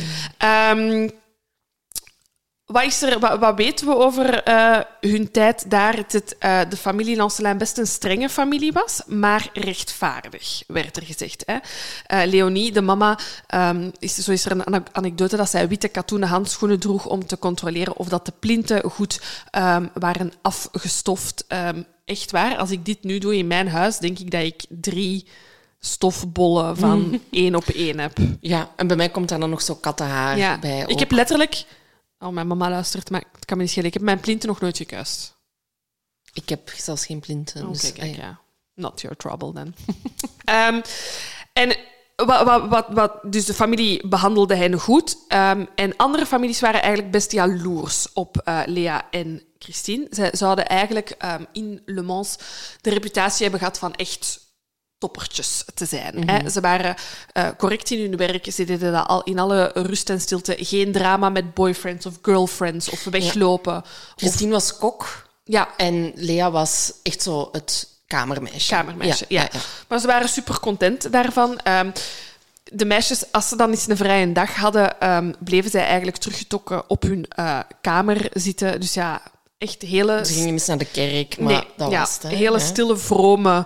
Speaker 2: Wat weten we over hun tijd daar? De familie Lancelin best een strenge familie was, maar rechtvaardig, werd er gezegd. Hè? Leonie, de mama, is er een anekdote dat zij witte katoenen handschoenen droeg om te controleren of dat de plinten goed waren afgestoft. Echt waar, als ik dit nu doe in mijn huis, denk ik dat ik 3 stofbollen van 1 op 1 heb.
Speaker 3: Ja, en bij mij komt daar dan nog zo kattenhaar bij.
Speaker 2: Ik heb letterlijk... mijn mama luistert, maar het kan me niet schelen. Ik heb mijn plinten nog nooit gekuist.
Speaker 3: Ik heb zelfs geen plinten. Dus,
Speaker 2: kijk. Not your trouble, then. En dus de familie behandelde hen goed. En andere families waren eigenlijk best jaloers op Lea en Christine. Ze zouden eigenlijk in Le Mans de reputatie hebben gehad van echt toppertjes te zijn. Mm-hmm. Hè. Ze waren correct in hun werk. Ze deden dat al in alle rust en stilte. Geen drama met boyfriends of girlfriends of weglopen.
Speaker 3: Christine was kok.
Speaker 2: Ja.
Speaker 3: En Lea was echt zo het kamermeisje.
Speaker 2: Ja. Maar ze waren super content daarvan. De meisjes, als ze dan eens een vrije dag hadden, bleven zij eigenlijk teruggetrokken op hun kamer zitten. Dus ja, echt hele...
Speaker 3: Ze gingen mis naar de kerk, maar dat was het.
Speaker 2: Hele stille, vrome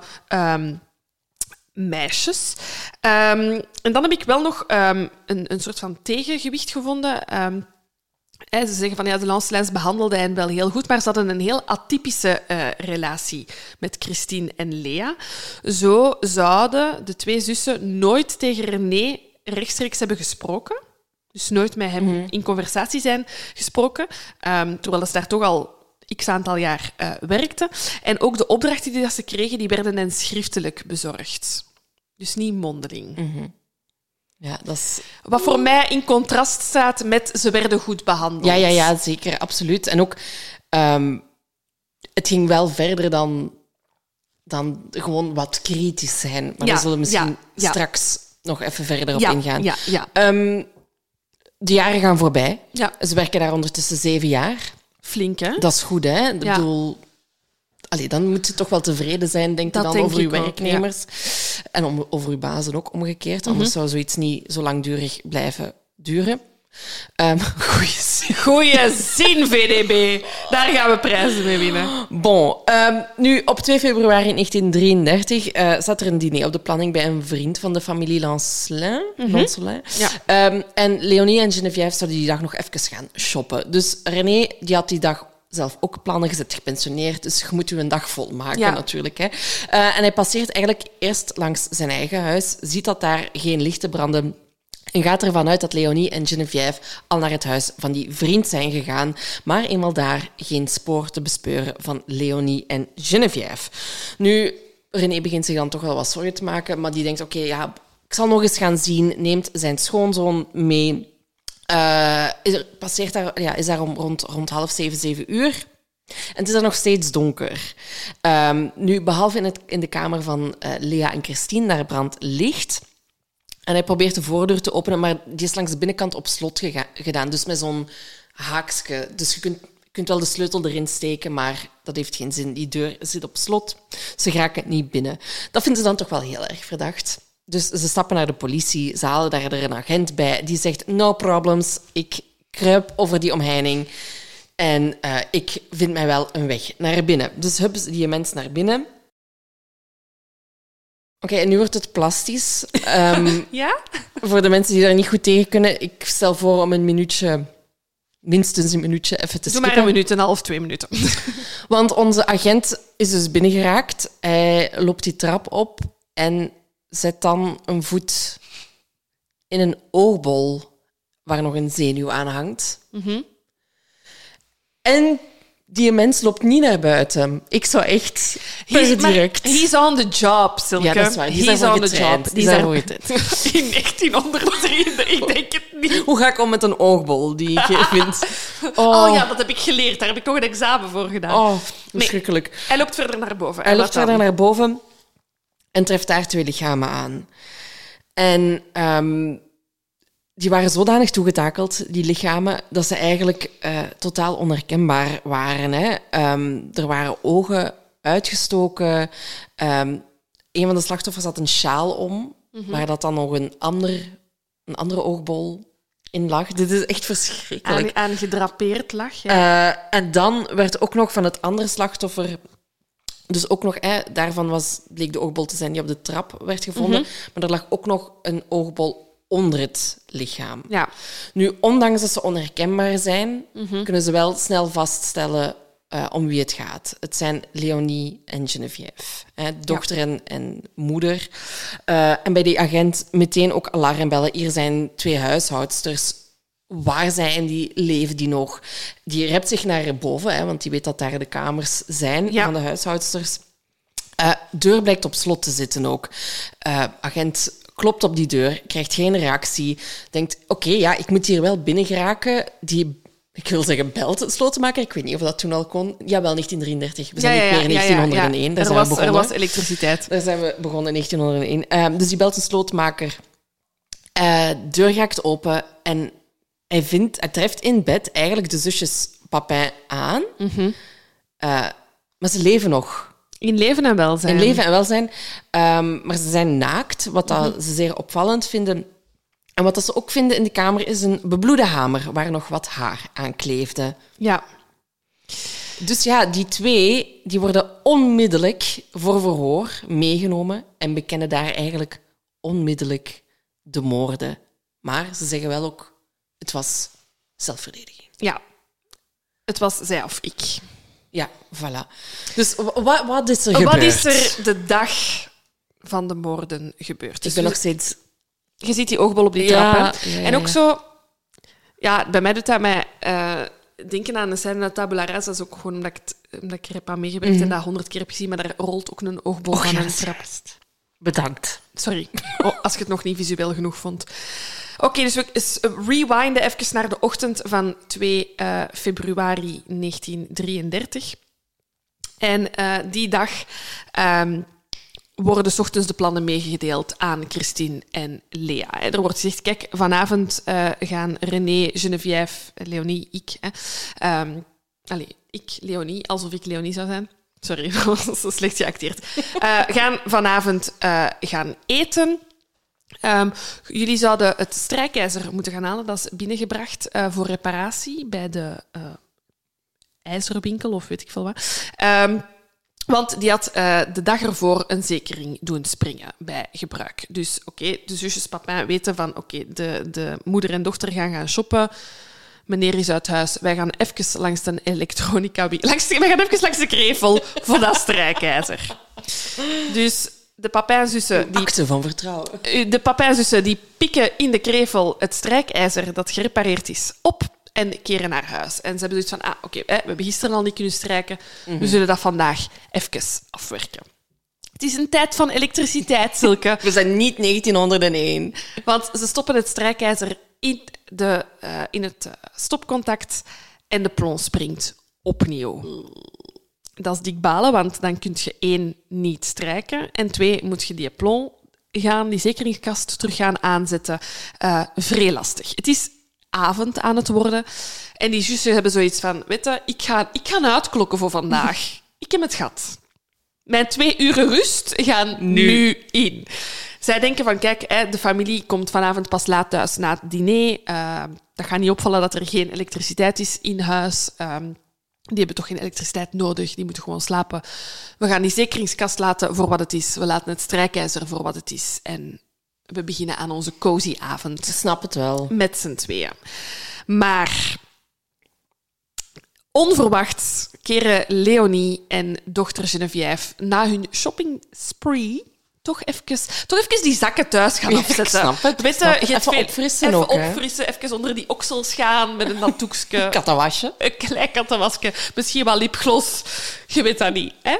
Speaker 2: meisjes. En dan heb ik wel nog een soort van tegengewicht gevonden. Ze zeggen van de Lancelins behandelde hen wel heel goed, maar ze hadden een heel atypische relatie met Christine en Lea. Zo zouden de twee zussen nooit tegen René rechtstreeks hebben gesproken. Dus nooit met hem in conversatie zijn gesproken. Terwijl ze daar toch al x aantal jaar werkten. En ook de opdrachten die ze kregen, die werden hen schriftelijk bezorgd. Dus niet mondeling.
Speaker 3: Ja, dat is...
Speaker 2: Wat voor mij in contrast staat met ze werden goed behandeld.
Speaker 3: Ja, zeker, absoluut. En ook, het ging wel verder dan gewoon wat kritisch zijn. Maar daar zullen we misschien straks nog even verder op ingaan. De jaren gaan voorbij. Ja. Ze werken daar ondertussen 7 jaar.
Speaker 2: Flink, hè?
Speaker 3: Dat is goed, hè? Ik bedoel... dan moet je toch wel tevreden zijn, denk je dan, over je werknemers. Ja. En over je bazen ook, omgekeerd. Anders zou zoiets niet zo langdurig blijven duren.
Speaker 2: Goeie zin, VDB. Daar gaan we prijzen mee winnen.
Speaker 3: Bon, nu op 2 februari 1933 zat er een diner op de planning bij een vriend van de familie Lancelin. Ja. En Léonie en Geneviève zouden die dag nog even gaan shoppen. Dus René die had die dag zelf ook plannen gezet, gepensioneerd. Dus je moet je een dag vol maken, natuurlijk. Hè. En hij passeert eigenlijk eerst langs zijn eigen huis, ziet dat daar geen lichten branden en gaat ervan uit dat Léonie en Geneviève al naar het huis van die vriend zijn gegaan, maar eenmaal daar geen spoor te bespeuren van Léonie en Geneviève. Nu, René begint zich dan toch wel wat zorgen te maken, maar die denkt, ik zal nog eens gaan zien, neemt zijn schoonzoon mee. Is daar rond 6:30, 7 uur. En het is er nog steeds donker. Nu, behalve in de kamer van Lea en Christine, daar brandt licht. En hij probeert de voordeur te openen, maar die is langs de binnenkant op slot gedaan. Dus met zo'n haakje. Dus je kunt wel de sleutel erin steken, maar dat heeft geen zin. Die deur zit op slot. Ze geraken het niet binnen. Dat vinden ze dan toch wel heel erg verdacht. Dus ze stappen naar de politie. Ze halen daar een agent bij. Die zegt, no problems. Ik kruip over die omheining. En ik vind mij wel een weg naar binnen. Dus hebben ze die mens naar binnen. Oké, en nu wordt het plastisch.
Speaker 2: Ja?
Speaker 3: Voor de mensen die daar niet goed tegen kunnen. Ik stel voor om minstens een minuutje even te skippen.
Speaker 2: Doe maar 1 minuut, 1,5, 2 minuten.
Speaker 3: Want onze agent is dus binnengeraakt. Hij loopt die trap op en zet dan een voet in een oogbol waar nog een zenuw aan hangt. En die mens loopt niet naar buiten. Ik zou echt direct...
Speaker 2: He's on the job, Silke.
Speaker 3: Ja, dat is waar.
Speaker 2: He's on the job.
Speaker 3: Die is daarvoor getraind.
Speaker 2: In 1903, ik denk het niet.
Speaker 3: Hoe ga ik om met een oogbol die ik vind?
Speaker 2: Oh ja, dat heb ik geleerd. Daar heb ik nog een examen voor gedaan.
Speaker 3: Oh, verschrikkelijk.
Speaker 2: Nee, hij loopt verder naar boven.
Speaker 3: Hij loopt verder naar boven en treft daar 2 lichamen aan. En die waren zodanig toegetakeld, die lichamen, dat ze eigenlijk totaal onherkenbaar waren. Hè. Er waren ogen uitgestoken. Een van de slachtoffers had een sjaal om, waar dat dan nog een andere oogbol in lag. Dit is echt verschrikkelijk.
Speaker 2: Aan gedrapeerd lag. Ja.
Speaker 3: En dan werd ook nog van het andere slachtoffer... Dus ook nog, daarvan bleek de oogbol te zijn die op de trap werd gevonden. Maar er lag ook nog een oogbol onder het lichaam. Ja. Nu, ondanks dat ze onherkenbaar zijn, kunnen ze wel snel vaststellen om wie het gaat. Het zijn Léonie en Geneviève, dochter en moeder. En bij die agent meteen ook alarmbellen. Hier zijn 2 huishoudsters. Waar zijn die? Leven die nog? Die rept zich naar boven, want die weet dat daar de kamers zijn van de huishoudsters. Deur blijkt op slot te zitten ook. Agent klopt op die deur, krijgt geen reactie. Denkt, ik moet hier wel binnen geraken. Ik wil zeggen, belt het slotenmaker. Ik weet niet of dat toen al kon. Jawel, 1933. We zijn niet meer in 1901. Daar zijn we begonnen.
Speaker 2: Er was elektriciteit.
Speaker 3: Daar zijn we begonnen in 1901. Dus die belt een slotenmaker. Deur raakt open en hij treft in bed eigenlijk de zusjes Papin aan. Maar ze leven nog.
Speaker 2: In leven en welzijn.
Speaker 3: In leven en welzijn. Maar ze zijn naakt, wat dat ze zeer opvallend vinden. En wat dat ze ook vinden in de kamer is een bebloede hamer waar nog wat haar aan kleefde.
Speaker 2: Ja.
Speaker 3: Dus ja, die twee die worden onmiddellijk voor verhoor meegenomen en bekennen daar eigenlijk onmiddellijk de moorden. Maar ze zeggen wel ook, het was zelfverdediging.
Speaker 2: Ja. Het was zij of ik.
Speaker 3: Ja, voilà. Dus wat is er gebeurd?
Speaker 2: Wat is er de dag van de moorden gebeurd? Dus
Speaker 3: Ik ben nog steeds...
Speaker 2: Je ziet die oogbol op die trap. Hè? En ook zo... Ja, bij mij doet dat mij denken aan een scène uit Tabula Rasa. Dat is ook gewoon omdat ik er heb aan meegewerkt en dat 100 keer heb gezien. Maar daar rolt ook een oogbol van een trap.
Speaker 3: Bedankt.
Speaker 2: Sorry, als je het nog niet visueel genoeg vond. Oké, dus we rewinden even naar de ochtend van 2 februari 1933. En die dag worden 's ochtends de plannen meegedeeld aan Christine en Lea. Er wordt gezegd, kijk, vanavond gaan René, Geneviève, Leonie, ik... ik, Leonie, alsof ik Leonie zou zijn. Sorry, dat was zo slecht geacteerd. Gaan vanavond gaan eten. Jullie zouden het strijkijzer moeten gaan halen. Dat is binnengebracht voor reparatie bij de ijzerwinkel of weet ik veel wat. Want die had de dag ervoor een zekering doen springen bij gebruik. Dus de zusjes Papin weten van de moeder en dochter gaan shoppen. Meneer is uit huis. Wij gaan even langs de elektronica... Wij gaan even langs de krevel voor dat strijkijzer. Dus de Papin-zussen...
Speaker 3: Akte van vertrouwen.
Speaker 2: De Papin-zussen die pikken in de krevel het strijkijzer dat gerepareerd is op en keren naar huis. En ze hebben zoiets van, we hebben gisteren al niet kunnen strijken, we zullen dat vandaag even afwerken. Het is een tijd van elektriciteit, Silke.
Speaker 3: We zijn niet 1901.
Speaker 2: Want ze stoppen het strijkijzer in het stopcontact en de plon springt opnieuw. Dat is dik balen, want dan kun je 1 niet strijken en 2 moet je die plon die zekeringskast terug gaan aanzetten. Vrij lastig. Het is avond aan het worden en die zussen hebben zoiets van, weet je, ik ga uitklokken voor vandaag. Ik heb het gehad. Mijn 2 uren rust gaan nu in. Zij denken van, kijk, de familie komt vanavond pas laat thuis na het diner. Dat gaat niet opvallen dat er geen elektriciteit is in huis. Die hebben toch geen elektriciteit nodig. Die moeten gewoon slapen. We gaan die zekeringskast laten voor wat het is. We laten het strijkijzer voor wat het is. En we beginnen aan onze cozy avond.
Speaker 3: Ik snap het wel.
Speaker 2: Met z'n tweeën. Maar onverwachts keren Leonie en dochter Geneviève na hun shopping spree toch even die zakken thuis gaan afzetten.
Speaker 3: Ik snap het.
Speaker 2: Even
Speaker 3: opfrissen
Speaker 2: even
Speaker 3: ook.
Speaker 2: Opfrissen, even onder die oksels gaan met een nattoekske.
Speaker 3: Kattenwasje.
Speaker 2: Een klein kattenwasje. Misschien wat lipgloss. Je weet dat niet, hè?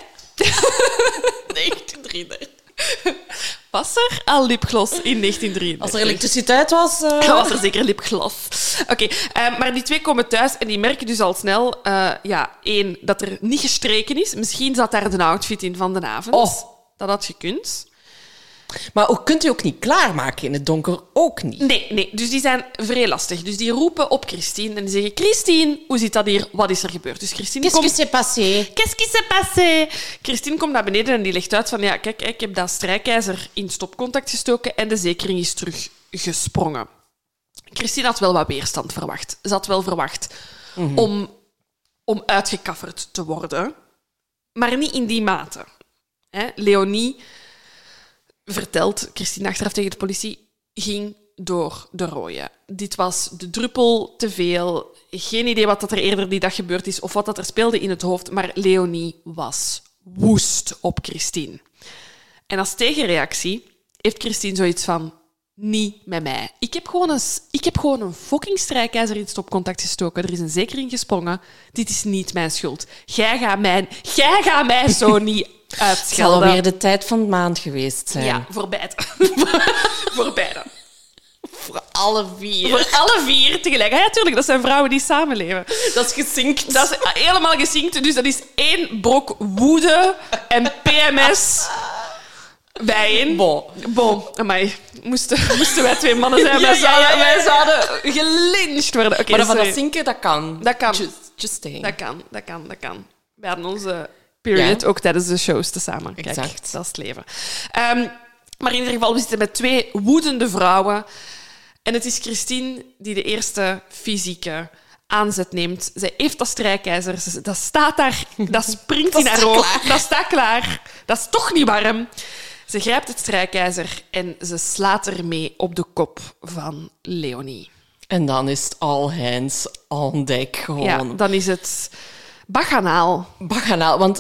Speaker 2: 1933. Was er al lipgloss in 1933?
Speaker 3: Als er elektriciteit was...
Speaker 2: Was er zeker lipgloss. Oké, maar die 2 komen thuis en die merken dus al snel... 1, dat er niet gestreken is. Misschien zat daar de outfit in van de avond.
Speaker 3: Oh.
Speaker 2: Dat had gekund.
Speaker 3: Maar kunt u ook niet klaarmaken in het donker? Ook niet.
Speaker 2: Nee. Dus die zijn vrij lastig. Dus die roepen op Christine en die zeggen... Christine, hoe zit dat hier? Wat is er gebeurd? Dus Christine
Speaker 3: Qu'est-ce qui s'est passé?
Speaker 2: Qu'est-ce qui s'est passé? Christine komt naar beneden en die legt uit van... Ja, kijk, ik heb dat strijkijzer in stopcontact gestoken en de zekering is teruggesprongen. Christine had wel wat weerstand verwacht. Ze had wel verwacht om uitgekafferd te worden. Maar niet in die mate. Leonie vertelt, Christine achteraf tegen de politie, ging door de rooien. Dit was de druppel te veel. Geen idee wat er eerder die dag gebeurd is of wat dat er speelde in het hoofd, maar Leonie was woest op Christine. En als tegenreactie heeft Christine zoiets van, niet met mij. Ik heb gewoon een fucking strijkijzer in het stopcontact gestoken. Er is een zekering gesprongen. Dit is niet mijn schuld. Jij gaat mij zo niet uitschelden.
Speaker 3: Het zal alweer de tijd van de maand geweest zijn.
Speaker 2: Ja, voor beide. Voor beide.
Speaker 3: Voor alle 4.
Speaker 2: Voor alle 4 tegelijk. Ja, tuurlijk, dat zijn vrouwen die samenleven.
Speaker 3: Dat is gezinkt.
Speaker 2: Dat is helemaal gezinkt. Dus dat is 1 brok woede en PMS bijeen. Bon. Amai. Moesten wij 2 mannen zijn, wij zouden gelyncht worden. Okay,
Speaker 3: maar van dat zinken, dat kan.
Speaker 2: Dat kan.
Speaker 3: Just saying.
Speaker 2: Dat kan. Wij hadden onze Period.
Speaker 3: Ja.
Speaker 2: Ook tijdens de shows tezamen. Kijk,
Speaker 3: Exact.
Speaker 2: dat is het leven. Maar in ieder geval, we zitten met 2 woedende vrouwen. En het is Christine die de eerste fysieke aanzet neemt. Zij heeft dat strijkijzer. Dat staat daar. Dat springt in haar oog. Dat staat klaar. Dat is toch niet warm. Ze grijpt het strijkijzer en ze slaat ermee op de kop van Leonie.
Speaker 3: En dan is het all hands on deck gewoon.
Speaker 2: Ja, dan is het baganaal.
Speaker 3: Baganaal, want...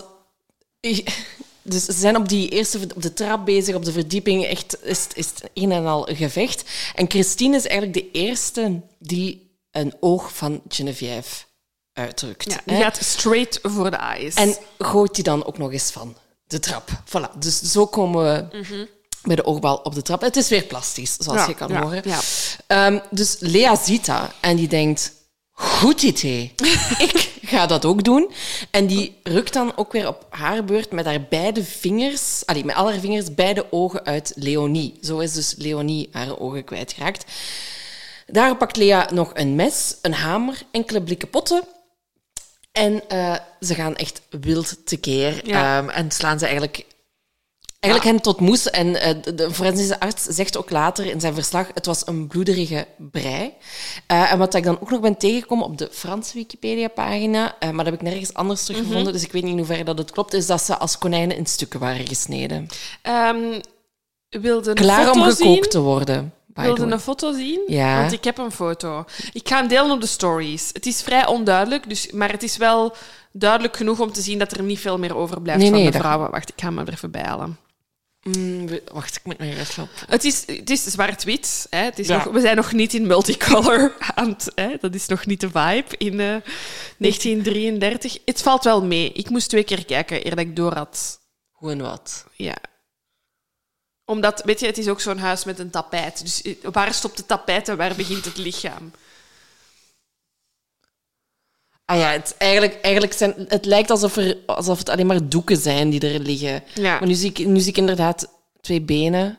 Speaker 3: Dus ze zijn op de trap bezig, op de verdieping. Echt is het een en al gevecht. En Christine is eigenlijk de eerste die een oog van Geneviève uitdrukt.
Speaker 2: Ja, die gaat straight voor de eyes.
Speaker 3: En gooit die dan ook nog eens van de trap. Voilà. Dus zo komen we bij de oogbal op de trap. Het is weer plastisch, zoals je kan horen.
Speaker 2: Ja.
Speaker 3: Dus Lea ziet dat en die denkt... Goed idee. Ik ga dat ook doen. En die rukt dan ook weer op haar beurt met haar beide vingers... met al haar vingers beide ogen uit Leonie. Zo is dus Leonie haar ogen kwijtgeraakt. Daar pakt Lea nog een mes, een hamer, enkele blikken potten... En ze gaan echt wild tekeer.
Speaker 2: Ja.
Speaker 3: En slaan ze eigenlijk hen tot moes. En de forensische arts zegt ook later in zijn verslag... Het was een bloederige brei. En wat ik dan ook nog ben tegengekomen op de Franse Wikipedia-pagina... maar dat heb ik nergens anders teruggevonden, dus ik weet niet in hoeverre dat het klopt... is dat ze als konijnen in stukken waren gesneden.
Speaker 2: Wilde een
Speaker 3: Klaar
Speaker 2: foto
Speaker 3: om gekookt
Speaker 2: zien?
Speaker 3: te worden.
Speaker 2: Wilde een foto zien?
Speaker 3: Ja.
Speaker 2: Want ik heb een foto. Ik ga hem delen op de stories. Het is vrij onduidelijk, maar het is wel duidelijk genoeg om te zien dat er niet veel meer overblijft van de vrouwen. Wacht, ik ga hem er even bijhalen.
Speaker 3: Wacht, ik moet nog even op.
Speaker 2: Het is zwart-wit. Hè. We zijn nog niet in multicolor aan het... Hè. Dat is nog niet de vibe in 1933. Het valt wel mee. Ik moest 2 keer kijken eer dat ik door had.
Speaker 3: Hoe en wat?
Speaker 2: Ja. Omdat, weet je, het is ook zo'n huis met een tapijt. Dus waar stopt het tapijt en waar begint het lichaam?
Speaker 3: Ah ja, het lijkt alsof het alleen maar doeken zijn die er liggen.
Speaker 2: Ja.
Speaker 3: Maar nu zie ik inderdaad 2 benen.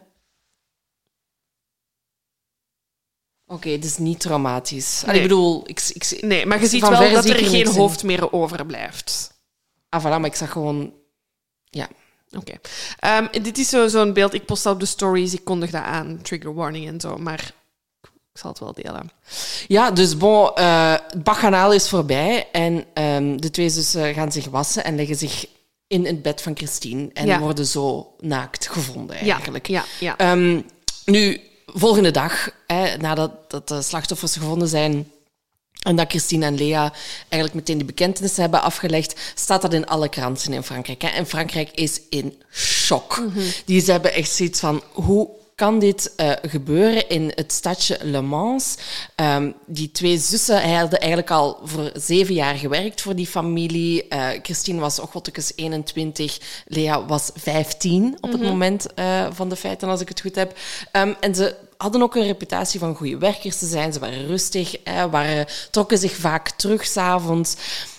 Speaker 3: Oké, het is niet traumatisch.
Speaker 2: Nee.
Speaker 3: Ik bedoel...
Speaker 2: Nee, maar je ziet
Speaker 3: van
Speaker 2: wel
Speaker 3: ver
Speaker 2: dat
Speaker 3: zie
Speaker 2: er
Speaker 3: ik er
Speaker 2: geen
Speaker 3: niks in.
Speaker 2: hoofd meer overblijft.
Speaker 3: Ah, voilà, maar ik zag gewoon... Ja.
Speaker 2: Oké. Dit is zo'n beeld. Ik post dat op de stories. Ik kondig dat aan. Trigger warning en zo. Maar ik zal het wel delen.
Speaker 3: Ja, dus bon, het baganaal is voorbij. En de 2 zussen gaan zich wassen en leggen zich in het bed van Christine. En worden zo naakt gevonden, eigenlijk.
Speaker 2: Ja.
Speaker 3: Nu, volgende dag, nadat de slachtoffers gevonden zijn... En dat Christine en Lea eigenlijk meteen die bekentenissen hebben afgelegd, staat dat in alle kranten in Frankrijk. Hè? En Frankrijk is in shock. Die hebben echt zoiets van, hoe kan dit gebeuren in het stadje Le Mans? Die 2 zussen, hij had eigenlijk al voor 7 jaar gewerkt voor die familie. Christine was ochottekes 21, Lea was 15 op het moment van de feiten, als ik het goed heb. En ze hadden ook een reputatie van goede werkers te zijn. Ze waren rustig, trokken zich vaak terug 's avonds.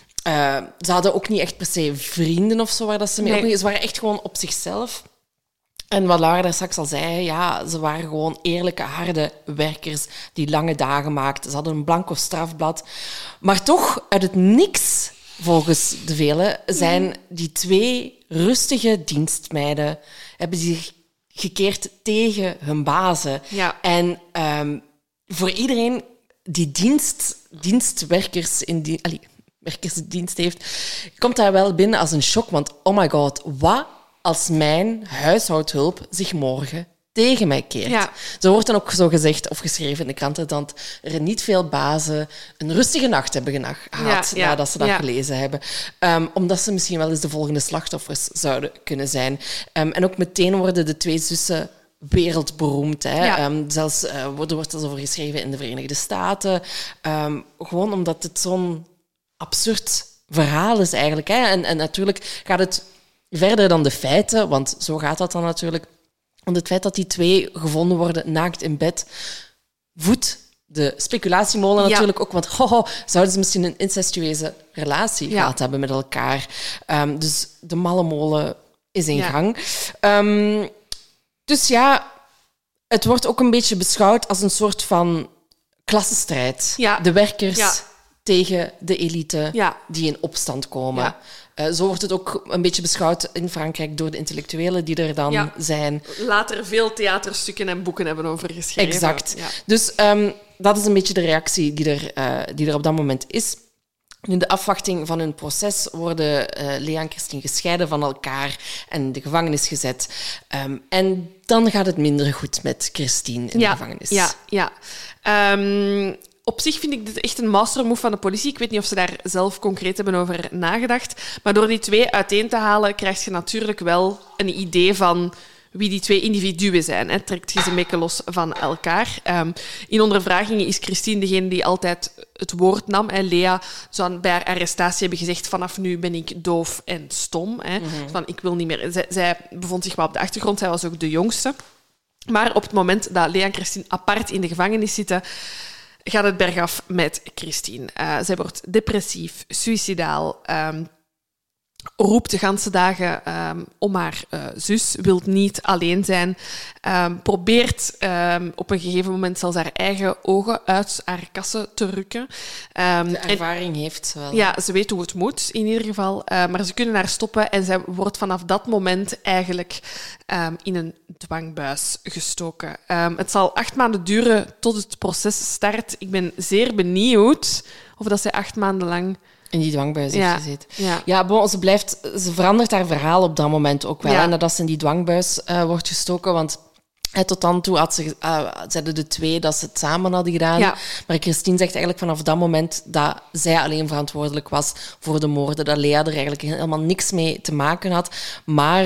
Speaker 3: Ze hadden ook niet echt per se vrienden of zo waar dat ze mee omgingen. Ze waren echt gewoon op zichzelf. En wat Laura daar straks al zei, ja, ze waren gewoon eerlijke, harde werkers die lange dagen maakten. Ze hadden een blanco strafblad. Maar toch, uit het niks, volgens de velen, zijn die 2 rustige dienstmeiden, hebben zich gekeerd tegen hun bazen.
Speaker 2: Ja.
Speaker 3: En voor iedereen die dienstwerkers werkersdienst heeft, komt daar wel binnen als een shock. Want, oh my god, wat als mijn huishoudhulp zich morgen tegen mij keert?
Speaker 2: Ja.
Speaker 3: Zo wordt dan ook zo gezegd of geschreven in de kranten dat er niet veel bazen een rustige nacht hebben gehad nadat ze dat gelezen hebben. Omdat ze misschien wel eens de volgende slachtoffers zouden kunnen zijn. En ook meteen worden de 2 zussen wereldberoemd. Hè?
Speaker 2: Ja.
Speaker 3: Zelfs wordt er over geschreven in de Verenigde Staten. Gewoon omdat het zo'n absurd verhaal is eigenlijk. Hè? En natuurlijk gaat het verder dan de feiten, want zo gaat dat dan natuurlijk. Want het feit dat die 2 gevonden worden naakt in bed voedt de speculatiemolen natuurlijk ook. Want zouden ze misschien een incestueuze relatie gehad hebben met elkaar? Dus de malle molen is in gang. Dus ja, het wordt ook een beetje beschouwd als een soort van klassenstrijd.
Speaker 2: Ja.
Speaker 3: De werkers tegen de elite die in opstand komen. zo wordt het ook een beetje beschouwd in Frankrijk door de intellectuelen die er dan zijn.
Speaker 2: Later veel theaterstukken en boeken hebben over geschreven.
Speaker 3: Exact.
Speaker 2: Ja.
Speaker 3: Dus dat is een beetje de reactie die er op dat moment is. In de afwachting van hun proces worden Lea en Christine gescheiden van elkaar en in de gevangenis gezet. En dan gaat het minder goed met Christine in de gevangenis.
Speaker 2: Ja. Op zich vind ik dit echt een mastermove van de politie. Ik weet niet of ze daar zelf concreet hebben over nagedacht. Maar door die twee uiteen te halen, krijg je natuurlijk wel een idee van wie die twee individuen zijn. Hè. Trekt je ze een beetje los van elkaar. In ondervragingen is Christine degene die altijd het woord nam. Hè. Lea zou bij haar arrestatie hebben gezegd: vanaf nu ben ik doof en stom. Hè. Van, ik wil niet meer. Zij bevond zich wel op de achtergrond. Zij was ook de jongste. Maar op het moment dat Lea en Christine apart in de gevangenis zitten, gaat het bergaf met Christine. Zij wordt depressief, suïcidaal, roept de ganse dagen om haar zus, wil niet alleen zijn, probeert op een gegeven moment zelfs haar eigen ogen uit haar kassen te rukken.
Speaker 3: De ervaring heeft ze wel.
Speaker 2: Ja, ze weet hoe het moet, in ieder geval. Maar ze kunnen haar stoppen en zij wordt vanaf dat moment eigenlijk in een dwangbuis gestoken. Het zal 8 maanden duren tot het proces start. Ik ben zeer benieuwd of dat zij 8 maanden lang
Speaker 3: in die dwangbuis heeft gezeten.
Speaker 2: Ja.
Speaker 3: Bon, ze verandert haar verhaal op dat moment ook wel. En dat ze in die dwangbuis wordt gestoken, want tot dan toe zeiden de twee dat ze het samen hadden gedaan. Ja. Maar Christine zegt eigenlijk vanaf dat moment dat zij alleen verantwoordelijk was voor de moorden, dat Lea er eigenlijk helemaal niks mee te maken had. Maar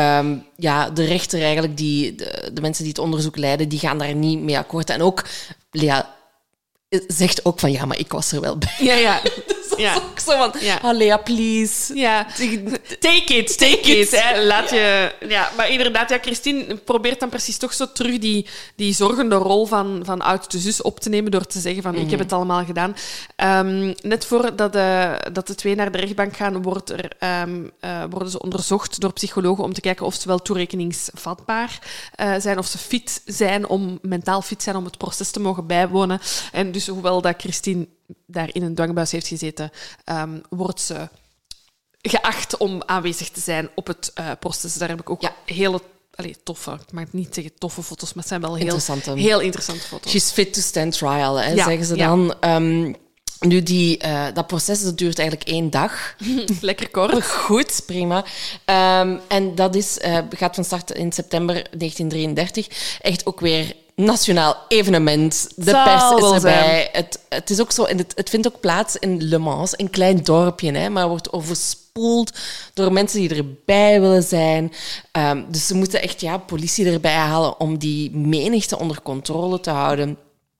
Speaker 3: de rechter eigenlijk, de mensen die het onderzoek leiden, die gaan daar niet mee akkoord. En ook Lea zegt ook van, ja, maar ik was er wel bij.
Speaker 2: Ja.
Speaker 3: Dat is ook zo van, Lea, please.
Speaker 2: Ja, take it. Hè. Laat je... Ja, maar inderdaad, Christine probeert dan precies toch zo terug die zorgende rol van oudste zus op te nemen door te zeggen van, ik heb het allemaal gedaan. Net voordat de twee naar de rechtbank gaan, worden ze onderzocht door psychologen om te kijken of ze wel toerekeningsvatbaar zijn, of ze mentaal fit zijn om het proces te mogen bijwonen. En dus hoewel dat Christine daar in een dwangbuis heeft gezeten, wordt ze geacht om aanwezig te zijn op het proces. Daar heb ik ook hele toffe, ik mag niet zeggen toffe foto's, maar het zijn wel heel interessante foto's.
Speaker 3: She's fit to stand trial, hè, zeggen ze dan. Nu, dat proces dat duurt eigenlijk 1 dag.
Speaker 2: Lekker kort.
Speaker 3: Goed, prima. En dat gaat van start in september 1933. Echt ook weer nationaal evenement. De pers is erbij. Het is ook zo, het vindt ook plaats in Le Mans, een klein dorpje, hè, maar wordt overspoeld door mensen die erbij willen zijn. Dus ze moeten echt politie erbij halen om die menigte onder controle te houden.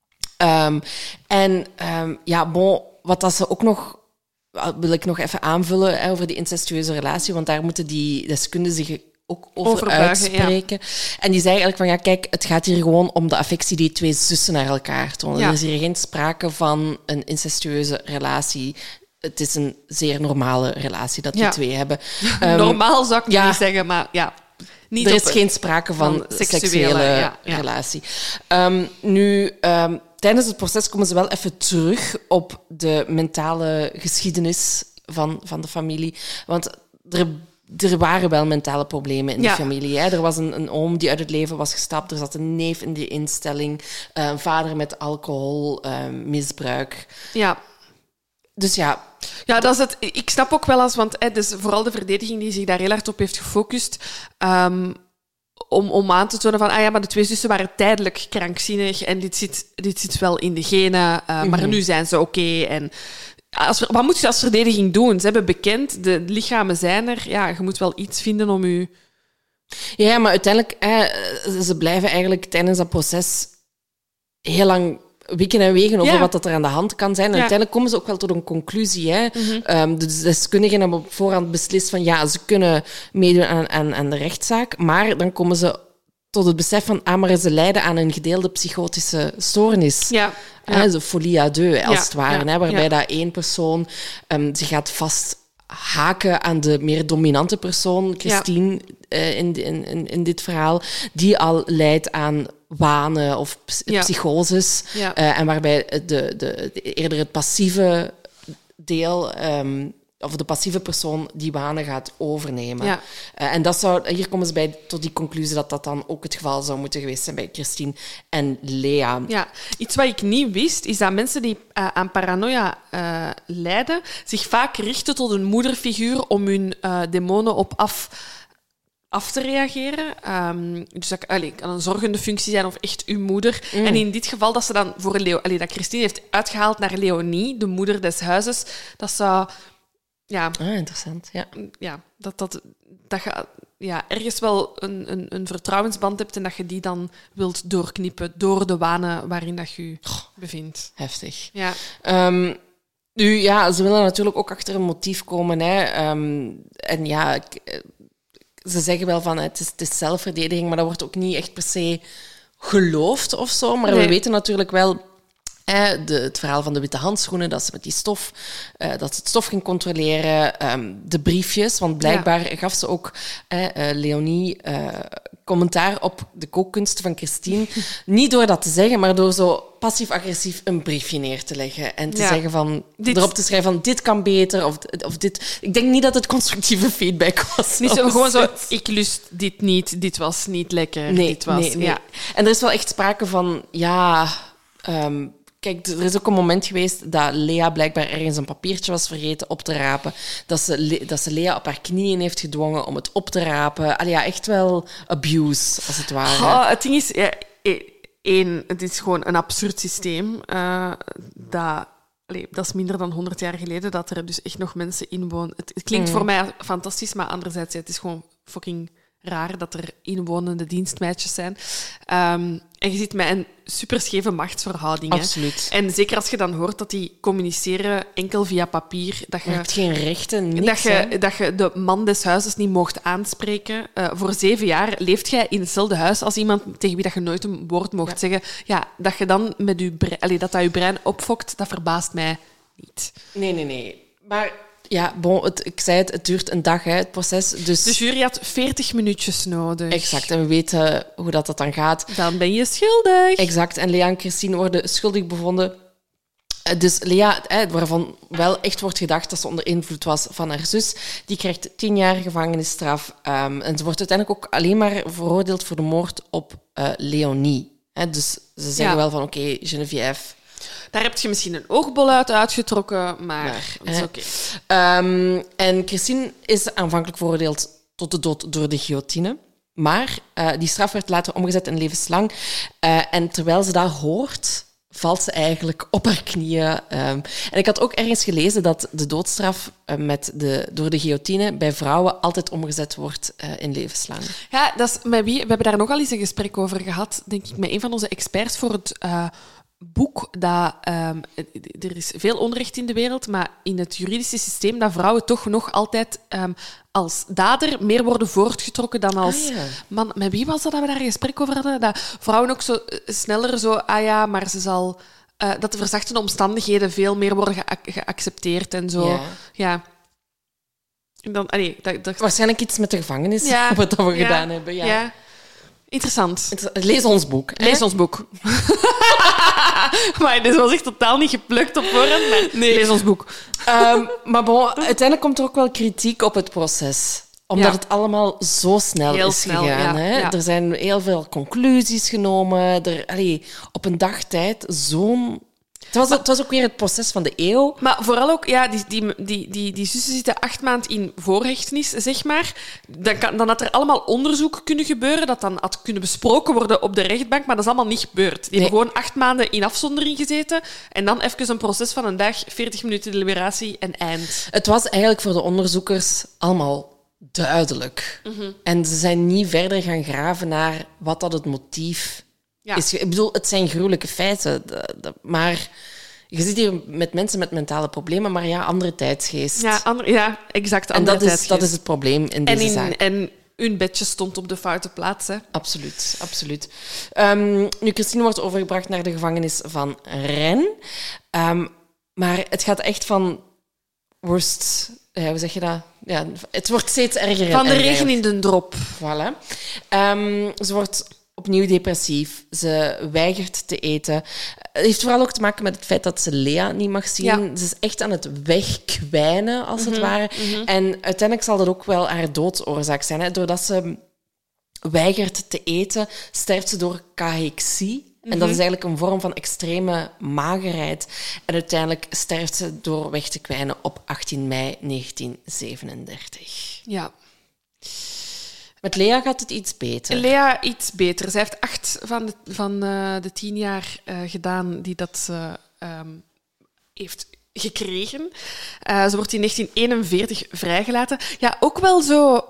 Speaker 3: Wat dat ze ook nog, wil ik nog even aanvullen over die incestueuze relatie, want daar moeten die deskundigen zich ook over uitspreken. Ja. En die zei eigenlijk van, kijk, het gaat hier gewoon om de affectie die 2 zussen naar elkaar tonen. Ja. Er is hier geen sprake van een incestueuze relatie. Het is een zeer normale relatie dat die twee hebben.
Speaker 2: Normaal zou ik niet zeggen, maar ja. Niet
Speaker 3: er is geen sprake van seksuele relatie. Tijdens het proces komen ze wel even terug op de mentale geschiedenis van de familie. Want er waren wel mentale problemen in de familie. Hè. Er was een oom die uit het leven was gestapt. Er zat een neef in de instelling. Een vader met alcoholmisbruik.
Speaker 2: Ja.
Speaker 3: Dus ja,
Speaker 2: dat is het. Ik snap ook wel eens, want dus vooral de verdediging die zich daar heel hard op heeft gefocust, om aan te tonen van, maar de 2 zussen waren tijdelijk krankzinnig en dit zit wel in de genen, maar nu zijn ze oké. En wat moet je als verdediging doen? Ze hebben bekend, de lichamen zijn er. Ja, je moet wel iets vinden om je...
Speaker 3: Ja, maar uiteindelijk, ze blijven eigenlijk tijdens dat proces heel lang wikken en wegen over wat dat er aan de hand kan zijn. En uiteindelijk komen ze ook wel tot een conclusie. Hè. De deskundigen hebben op voorhand beslist van ze kunnen meedoen aan de rechtszaak, maar dan komen ze tot het besef van, maar ze lijden aan een gedeelde psychotische stoornis. Ja. De folie à deux, als het ware. Hè, waarbij dat 1 persoon zich gaat vasthaken aan de meer dominante persoon, Christine, in dit verhaal, die al lijdt aan wanen of psychoses. Ja. En waarbij eerder het passieve deel of de passieve persoon die wanen gaat overnemen.
Speaker 2: Ja.
Speaker 3: En hier komen ze tot die conclusie dat dat dan ook het geval zou moeten geweest zijn bij Christine en Lea.
Speaker 2: Ja, iets wat ik niet wist, is dat mensen die aan paranoia lijden, zich vaak richten tot een moederfiguur om hun demonen op af te reageren. Dus dat kan een zorgende functie zijn of echt uw moeder. En in dit geval dat ze dan voor dat Christine heeft uitgehaald naar Leonie, de moeder des huizes, dat zou... Ja,
Speaker 3: interessant. Ja.
Speaker 2: Dat je ergens wel een vertrouwensband hebt en dat je die dan wilt doorknippen door de wanen waarin dat je bevindt.
Speaker 3: Heftig.
Speaker 2: Ja.
Speaker 3: Nu, ja, ze willen natuurlijk ook achter een motief komen. Hè. En ja... Ze zeggen wel van het is zelfverdediging, maar dat wordt ook niet echt per se geloofd of zo. Maar we weten natuurlijk wel het verhaal van de witte handschoenen, dat ze met die stof, dat ze het stof ging controleren. De briefjes, want blijkbaar gaf ze ook Leonie commentaar op de kookkunsten van Christine. Niet door dat te zeggen, maar door zo passief-agressief een briefje neer te leggen en te zeggen van... Erop te schrijven van dit kan beter of dit... Ik denk niet dat het constructieve feedback was.
Speaker 2: Niet zo, gewoon zo, ik lust dit niet, dit was niet lekker.
Speaker 3: Nee,
Speaker 2: dit was,
Speaker 3: nee. Ja. En er is wel echt sprake van... Kijk, er is ook een moment geweest dat Lea blijkbaar ergens een papiertje was vergeten op te rapen. Dat ze Lea op haar knieën heeft gedwongen om het op te rapen. Echt wel abuse, als het ware.
Speaker 2: Het ding is... het is gewoon een absurd systeem. Dat is minder dan 100 jaar geleden dat er dus echt nog mensen in wonen. Het klinkt voor mij fantastisch, maar anderzijds, het is gewoon fucking raar dat er inwonende dienstmeisjes zijn. En je zit met een superscheve machtsverhouding.
Speaker 3: Absoluut.
Speaker 2: En zeker als je dan hoort dat die communiceren enkel via papier. Dat je
Speaker 3: hebt geen rechten, niks.
Speaker 2: Dat je de man des huizes niet mocht aanspreken. Voor 7 jaar leeft jij in hetzelfde huis als iemand tegen wie dat je nooit een woord mocht zeggen. Ja, dat je dan met je brein, dat je brein opfokt, dat verbaast mij niet.
Speaker 3: Nee. Maar... Ja, ik zei het duurt een dag, het proces. Dus...
Speaker 2: De jury had 40 minuutjes nodig.
Speaker 3: Exact, en we weten hoe dat dan gaat.
Speaker 2: Dan ben je schuldig.
Speaker 3: Exact, en Lea en Christine worden schuldig bevonden. Dus Lea, waarvan wel echt wordt gedacht dat ze onder invloed was van haar zus, die krijgt 10 jaar gevangenisstraf. En ze wordt uiteindelijk ook alleen maar veroordeeld voor de moord op Leonie. Dus ze zeggen wel van, oké, Geneviève...
Speaker 2: Daar heb je misschien een oogbol uitgetrokken, maar dat is oké.
Speaker 3: En Christine is aanvankelijk veroordeeld tot de dood door de guillotine. Maar die straf werd later omgezet in levenslang. En terwijl ze dat hoort, valt ze eigenlijk op haar knieën. En ik had ook ergens gelezen dat de doodstraf door de guillotine bij vrouwen altijd omgezet wordt in levenslang.
Speaker 2: Ja, dat is met wie? We hebben daar nogal eens een gesprek over gehad, denk ik, met een van onze experts voor het... boek dat er is veel onrecht in de wereld, maar in het juridische systeem dat vrouwen toch nog altijd als dader meer worden voortgetrokken dan als man. Met wie was dat we daar een gesprek over hadden? Dat vrouwen ook zo sneller zo, maar ze zal... dat de verzachtende omstandigheden veel meer worden geaccepteerd en zo. Ja. En dan,
Speaker 3: waarschijnlijk iets met de gevangenis, wat we gedaan hebben. Ja.
Speaker 2: Interessant.
Speaker 3: Lees ons boek.
Speaker 2: Lees ons boek. Maar dit was echt totaal niet geplukt op voorhand. Maar nee, lees ons boek.
Speaker 3: Maar uiteindelijk komt er ook wel kritiek op het proces. Omdat het allemaal zo snel is gegaan. Hè? Er zijn heel veel conclusies genomen. Op een dag tijd zo'n... Het was ook weer het proces van de eeuw.
Speaker 2: Maar vooral ook, die zussen zitten 8 maanden in voorhechtenis, zeg maar. Dan had er allemaal onderzoek kunnen gebeuren, dat dan had kunnen besproken worden op de rechtbank, maar dat is allemaal niet gebeurd. Die hebben gewoon 8 maanden in afzondering gezeten en dan even een proces van een dag, 40 minuten deliberatie en eind.
Speaker 3: Het was eigenlijk voor de onderzoekers allemaal duidelijk. Mm-hmm. En ze zijn niet verder gaan graven naar wat dat het motief is. Ik bedoel, het zijn gruwelijke feiten, maar je zit hier met mensen met mentale problemen, maar andere tijdsgeest.
Speaker 2: Exact.
Speaker 3: En dat is het probleem in deze zaak.
Speaker 2: En hun bedje stond op de foute plaats. Hè.
Speaker 3: Absoluut. Nu, Christine wordt overgebracht naar de gevangenis van Rennes. Maar het gaat echt van worst... hoe zeg je dat? Ja, het wordt steeds erger.
Speaker 2: Van de regen in de drop.
Speaker 3: Voilà. Ze wordt opnieuw depressief. Ze weigert te eten. Het heeft vooral ook te maken met het feit dat ze Lea niet mag zien.
Speaker 2: Ja.
Speaker 3: Ze is echt aan het wegkwijnen, als het ware. En uiteindelijk zal dat ook wel haar doodsoorzaak zijn. Hè. Doordat ze weigert te eten, sterft ze door cachexie. En dat is eigenlijk een vorm van extreme magerheid. En uiteindelijk sterft ze door weg te kwijnen op 18 mei 1937.
Speaker 2: Ja.
Speaker 3: Met Lea gaat het iets beter.
Speaker 2: Lea iets beter. Zij heeft 8 van de 10 jaar gedaan die dat ze heeft gekregen. Ze wordt in 1941 vrijgelaten. Ja, ook wel zo...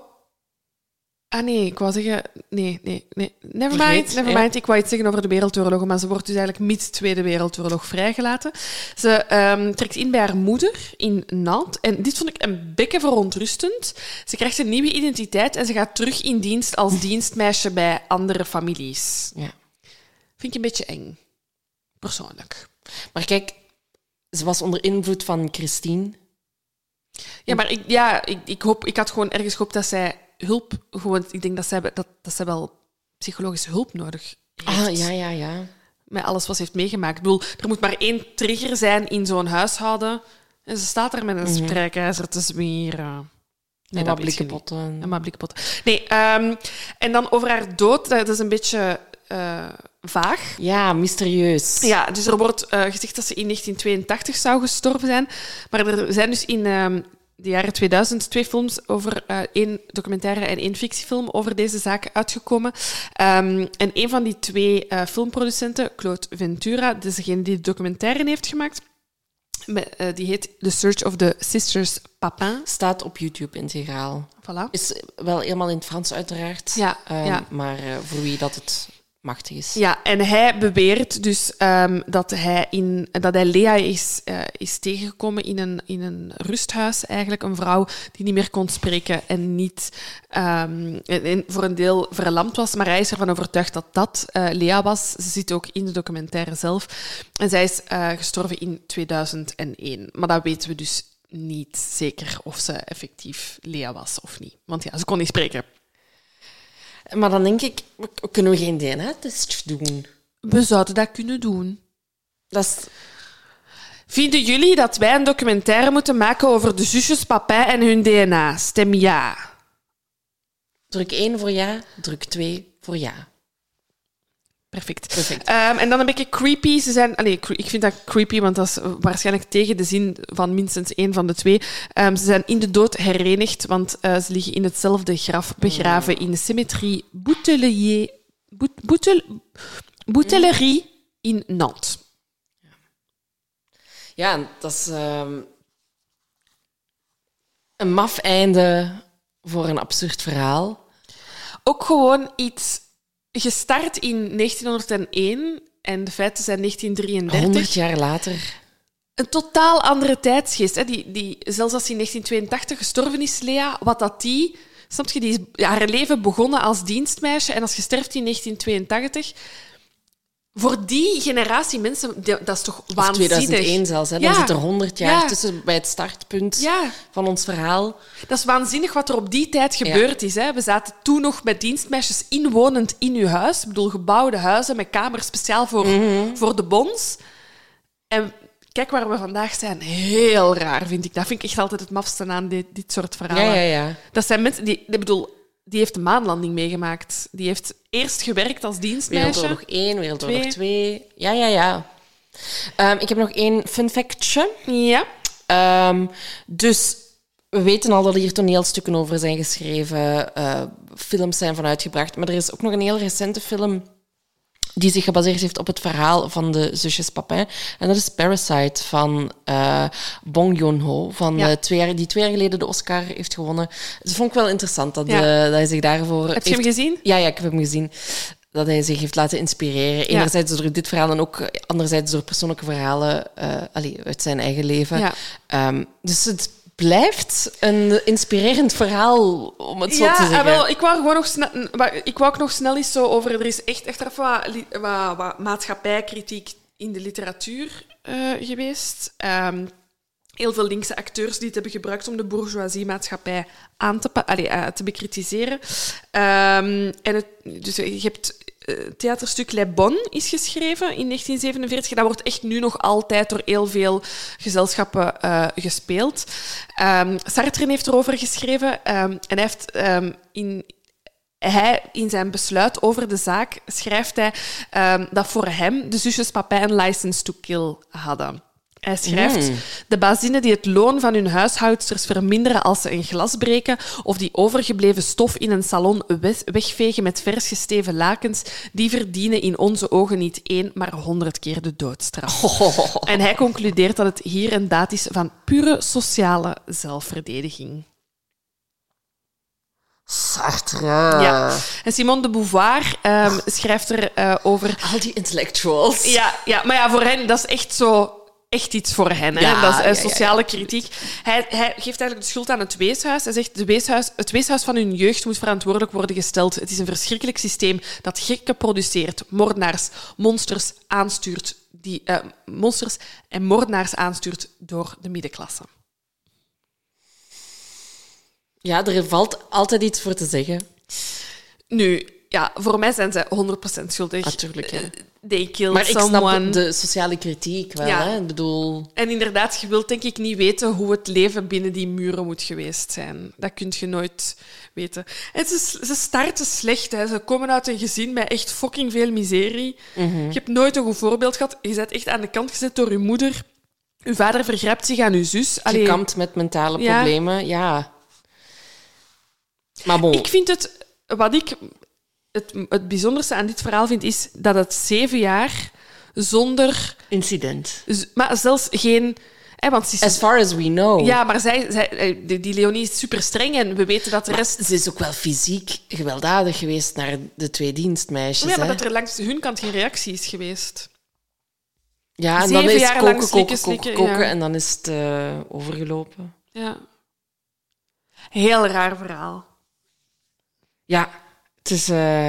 Speaker 2: Ah nee, ik wou zeggen... Nee. Never mind. Ik wou iets zeggen over de Wereldoorlogen, maar ze wordt dus eigenlijk mid-Tweede Wereldoorlog vrijgelaten. Ze trekt in bij haar moeder in Nantes. En dit vond ik een beetje verontrustend. Ze krijgt een nieuwe identiteit en ze gaat terug in dienst als dienstmeisje bij andere families.
Speaker 3: Ja.
Speaker 2: Vind ik een beetje eng. Persoonlijk.
Speaker 3: Maar kijk, ze was onder invloed van Christine.
Speaker 2: Ja, maar ik had gewoon ergens gehoopt dat zij hulp... Gewoon, ik denk dat zij wel psychologische hulp nodig heeft.
Speaker 3: Ja.
Speaker 2: Met alles wat ze heeft meegemaakt. Ik bedoel, er moet maar 1 trigger zijn in zo'n huishouden. En ze staat er met een strijkijzer te zweren. Nee,
Speaker 3: en wat blikkenpotten.
Speaker 2: En wat blikkenpotten. Nee, en dan over haar dood, dat is een beetje vaag.
Speaker 3: Ja, mysterieus.
Speaker 2: Ja, dus er wordt gezegd dat ze in 1982 zou gestorven zijn. Maar er zijn dus in de jaren 2000 2 films over 1 documentaire en 1 fictiefilm over deze zaak uitgekomen. En een van die 2 filmproducenten, Claude Ventura, dus degene die de documentaire heeft gemaakt, die heet The Search of the Sisters Papin.
Speaker 3: Staat op YouTube integraal.
Speaker 2: Voilà.
Speaker 3: Is wel helemaal in het Frans uiteraard.
Speaker 2: Ja.
Speaker 3: Maar voor wie dat het machtig is.
Speaker 2: Ja, en hij beweert dus dat hij Lea is tegengekomen in een rusthuis, eigenlijk een vrouw die niet meer kon spreken en niet en voor een deel verlamd was, maar hij is ervan overtuigd dat dat Lea was. Ze zit ook in de documentaire zelf. En zij is gestorven in 2001. Maar dat weten we dus niet zeker of ze effectief Lea was of niet. Want ja, ze kon niet spreken.
Speaker 3: Maar dan denk ik, kunnen we geen DNA-test doen?
Speaker 2: We zouden dat kunnen doen.
Speaker 3: Dat is...
Speaker 2: Vinden jullie dat wij een documentaire moeten maken over de zusjes Papin en hun DNA? Stem ja.
Speaker 3: Druk 1 voor ja, druk 2 voor ja.
Speaker 2: Perfect. En dan een beetje creepy. Ik vind dat creepy, want dat is waarschijnlijk tegen de zin van minstens 1 van de 2. Ze zijn in de dood herenigd, want ze liggen in hetzelfde graf begraven in de cemeterie Boutellerie in Nantes.
Speaker 3: Ja, dat is een maf einde voor een absurd verhaal.
Speaker 2: Ook gewoon iets gestart in 1901 en de feiten zijn 1933.
Speaker 3: 100 jaar later.
Speaker 2: Een totaal andere tijdsgeest. Hè? Die, zelfs als hij in 1982 gestorven is, Lea, wat dat die... Snap je, die is haar leven begonnen als dienstmeisje en als je sterft in 1982... Voor die generatie mensen, dat is toch waanzinnig.
Speaker 3: Of 2001 zelfs. Hè? Dan zit er 100 jaar tussen bij het startpunt van ons verhaal.
Speaker 2: Dat is waanzinnig wat er op die tijd gebeurd is. Hè? We zaten toen nog met dienstmeisjes inwonend in uw huis. Ik bedoel, gebouwde huizen met kamers speciaal voor de bons. En kijk waar we vandaag zijn. Heel raar, vind ik. Dat vind ik echt altijd het mafste aan dit soort verhalen.
Speaker 3: Ja.
Speaker 2: Dat zijn mensen die heeft de maanlanding meegemaakt. Die heeft eerst gewerkt als dienstmeisje.
Speaker 3: Wereldoorlog 1, Wereldoorlog 2. Ja. Ik heb nog 1 fun factje.
Speaker 2: Ja.
Speaker 3: Dus we weten al dat hier toneelstukken over zijn geschreven, films zijn van uitgebracht. Maar er is ook nog een heel recente film die zich gebaseerd heeft op het verhaal van de zusjes Papin. En dat is Parasite van Bong Joon-ho, die 2 jaar geleden de Oscar heeft gewonnen. Dus dat vond ik wel interessant dat hij zich daarvoor...
Speaker 2: Heb je hem gezien?
Speaker 3: Ja, ik heb hem gezien. Dat hij zich heeft laten inspireren. Enerzijds door dit verhaal en ook anderzijds door persoonlijke verhalen uit zijn eigen leven. Ja. Dus het blijft een inspirerend verhaal, om het zo te zeggen.
Speaker 2: Wel, ik wou ook nog snel eens zo over... Er is echt wat maatschappijkritiek in de literatuur geweest. Heel veel linkse acteurs die het hebben gebruikt om de bourgeoisie-maatschappij te bekritiseren. Dus je hebt theaterstuk Les Bonnes is geschreven in 1947. Dat wordt echt nu nog altijd door heel veel gezelschappen gespeeld. Sartre heeft erover geschreven en hij heeft in zijn besluit over de zaak schrijft hij dat voor hem de zusjes Papin een license to kill hadden. Hij schrijft, de bazinnen die het loon van hun huishoudsters verminderen als ze een glas breken of die overgebleven stof in een salon wegvegen met vers gesteven lakens, die verdienen in onze ogen niet 1, maar 100 keer de doodstraf. En hij concludeert dat het hier een daad is van pure sociale zelfverdediging.
Speaker 3: Sartre.
Speaker 2: Ja. En Simone de Beauvoir schrijft er over...
Speaker 3: Al die intellectuals.
Speaker 2: Ja, maar ja, voor hen, dat is echt iets voor hen. Hè?
Speaker 3: Ja,
Speaker 2: dat is sociale kritiek. Hij geeft eigenlijk de schuld aan het weeshuis. Hij zegt, het weeshuis van hun jeugd moet verantwoordelijk worden gesteld. Het is een verschrikkelijk systeem dat gekken produceert, moordenaars, monsters en moordenaars aanstuurt door de middenklasse.
Speaker 3: Ja, er valt altijd iets voor te zeggen.
Speaker 2: Nu, ja, voor mij zijn zij 100% schuldig.
Speaker 3: Natuurlijk, ja.
Speaker 2: They killed
Speaker 3: maar ik
Speaker 2: someone.
Speaker 3: snap de sociale kritiek wel.
Speaker 2: Ja.
Speaker 3: Hè? Ik bedoel...
Speaker 2: En inderdaad, je wilt denk ik niet weten hoe het leven binnen die muren moet geweest zijn. Dat kun je nooit weten. En ze starten slecht. Hè. Ze komen uit een gezin met echt fucking veel miserie. Je hebt nooit een goed voorbeeld gehad. Je bent echt aan de kant gezet door je moeder. Je vader vergrijpt zich aan je zus.
Speaker 3: Je kampt met mentale problemen, ja. Maar bon.
Speaker 2: Ik vind wat ik het bijzonderste aan dit verhaal vind, is dat het 7 jaar zonder...
Speaker 3: Incident.
Speaker 2: Maar zelfs geen... Want
Speaker 3: As far as we know.
Speaker 2: Ja, maar die Leonie is super streng en we weten dat de rest...
Speaker 3: Ze is ook wel fysiek gewelddadig geweest naar de 2 dienstmeisjes.
Speaker 2: Ja, maar dat er langs hun kant geen reactie is geweest.
Speaker 3: Ja, en dan is het
Speaker 2: koken
Speaker 3: koken en dan is het overgelopen.
Speaker 2: Ja. Heel raar verhaal.
Speaker 3: Ja, het is...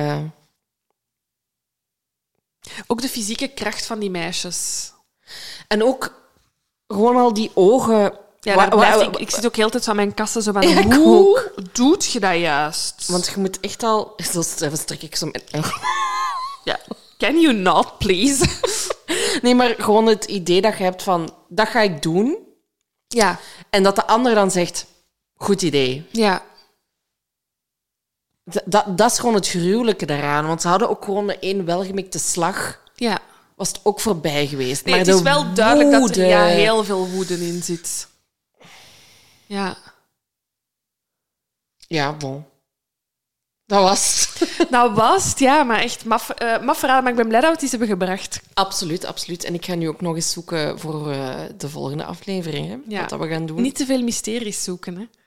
Speaker 2: Ook de fysieke kracht van die meisjes.
Speaker 3: En ook gewoon al die ogen...
Speaker 2: Ja, ik zit ook heel tijd aan mijn kassen zo van...
Speaker 3: Ja,
Speaker 2: hoe doet je dat juist?
Speaker 3: Want je moet echt al... Even strek ik zo met...
Speaker 2: Ja. Can you not, please?
Speaker 3: Nee, maar gewoon het idee dat je hebt van... Dat ga ik doen.
Speaker 2: Ja.
Speaker 3: En dat de ander dan zegt... Goed idee.
Speaker 2: Ja.
Speaker 3: Dat is gewoon het gruwelijke daaraan. Want ze hadden ook gewoon de 1 welgemikte slag.
Speaker 2: Ja.
Speaker 3: Was het ook voorbij geweest.
Speaker 2: Nee,
Speaker 3: maar
Speaker 2: het is wel duidelijk dat er
Speaker 3: woede...
Speaker 2: heel veel woede in zit. Ja.
Speaker 3: Ja, bon. Dat was het.
Speaker 2: Dat was het, ja. Maar echt maf verhaal. Maar ik ben blij dat we het eens hebben gebracht.
Speaker 3: Absoluut, absoluut. En ik ga nu ook nog eens zoeken voor de volgende aflevering. Hè,
Speaker 2: Ja.
Speaker 3: wat dat we gaan doen.
Speaker 2: Niet te veel mysteries zoeken, hè.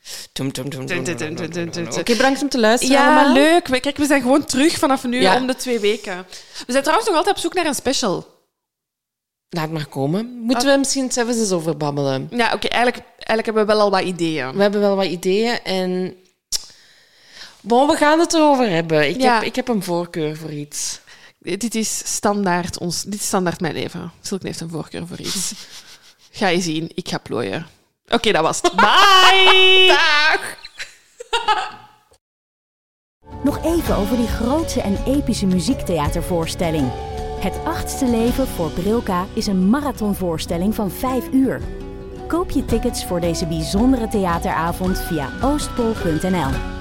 Speaker 3: Oké, bedankt om te luisteren
Speaker 2: Ja,
Speaker 3: allemaal.
Speaker 2: leuk. Kijk, we zijn gewoon terug vanaf nu
Speaker 3: Ja.
Speaker 2: om de 2 weken. We zijn trouwens nog altijd op zoek naar een special.
Speaker 3: Laat maar komen. Moeten we misschien zelfs eens over babbelen?
Speaker 2: Ja, oké. Eigenlijk hebben we wel al wat ideeën.
Speaker 3: We hebben wel wat ideeën en... Bon, we gaan het erover hebben. Ik heb een voorkeur voor iets.
Speaker 2: Dit is standaard mijn leven. Silke heeft een voorkeur voor iets. Ga je zien, ik ga plooien. Oké, dat was het. Bye!
Speaker 3: Dag!
Speaker 1: Nog even over die grootse en epische muziektheatervoorstelling. Het 8e leven voor Brilka is een marathonvoorstelling van 5 uur. Koop je tickets voor deze bijzondere theateravond via oostpol.nl.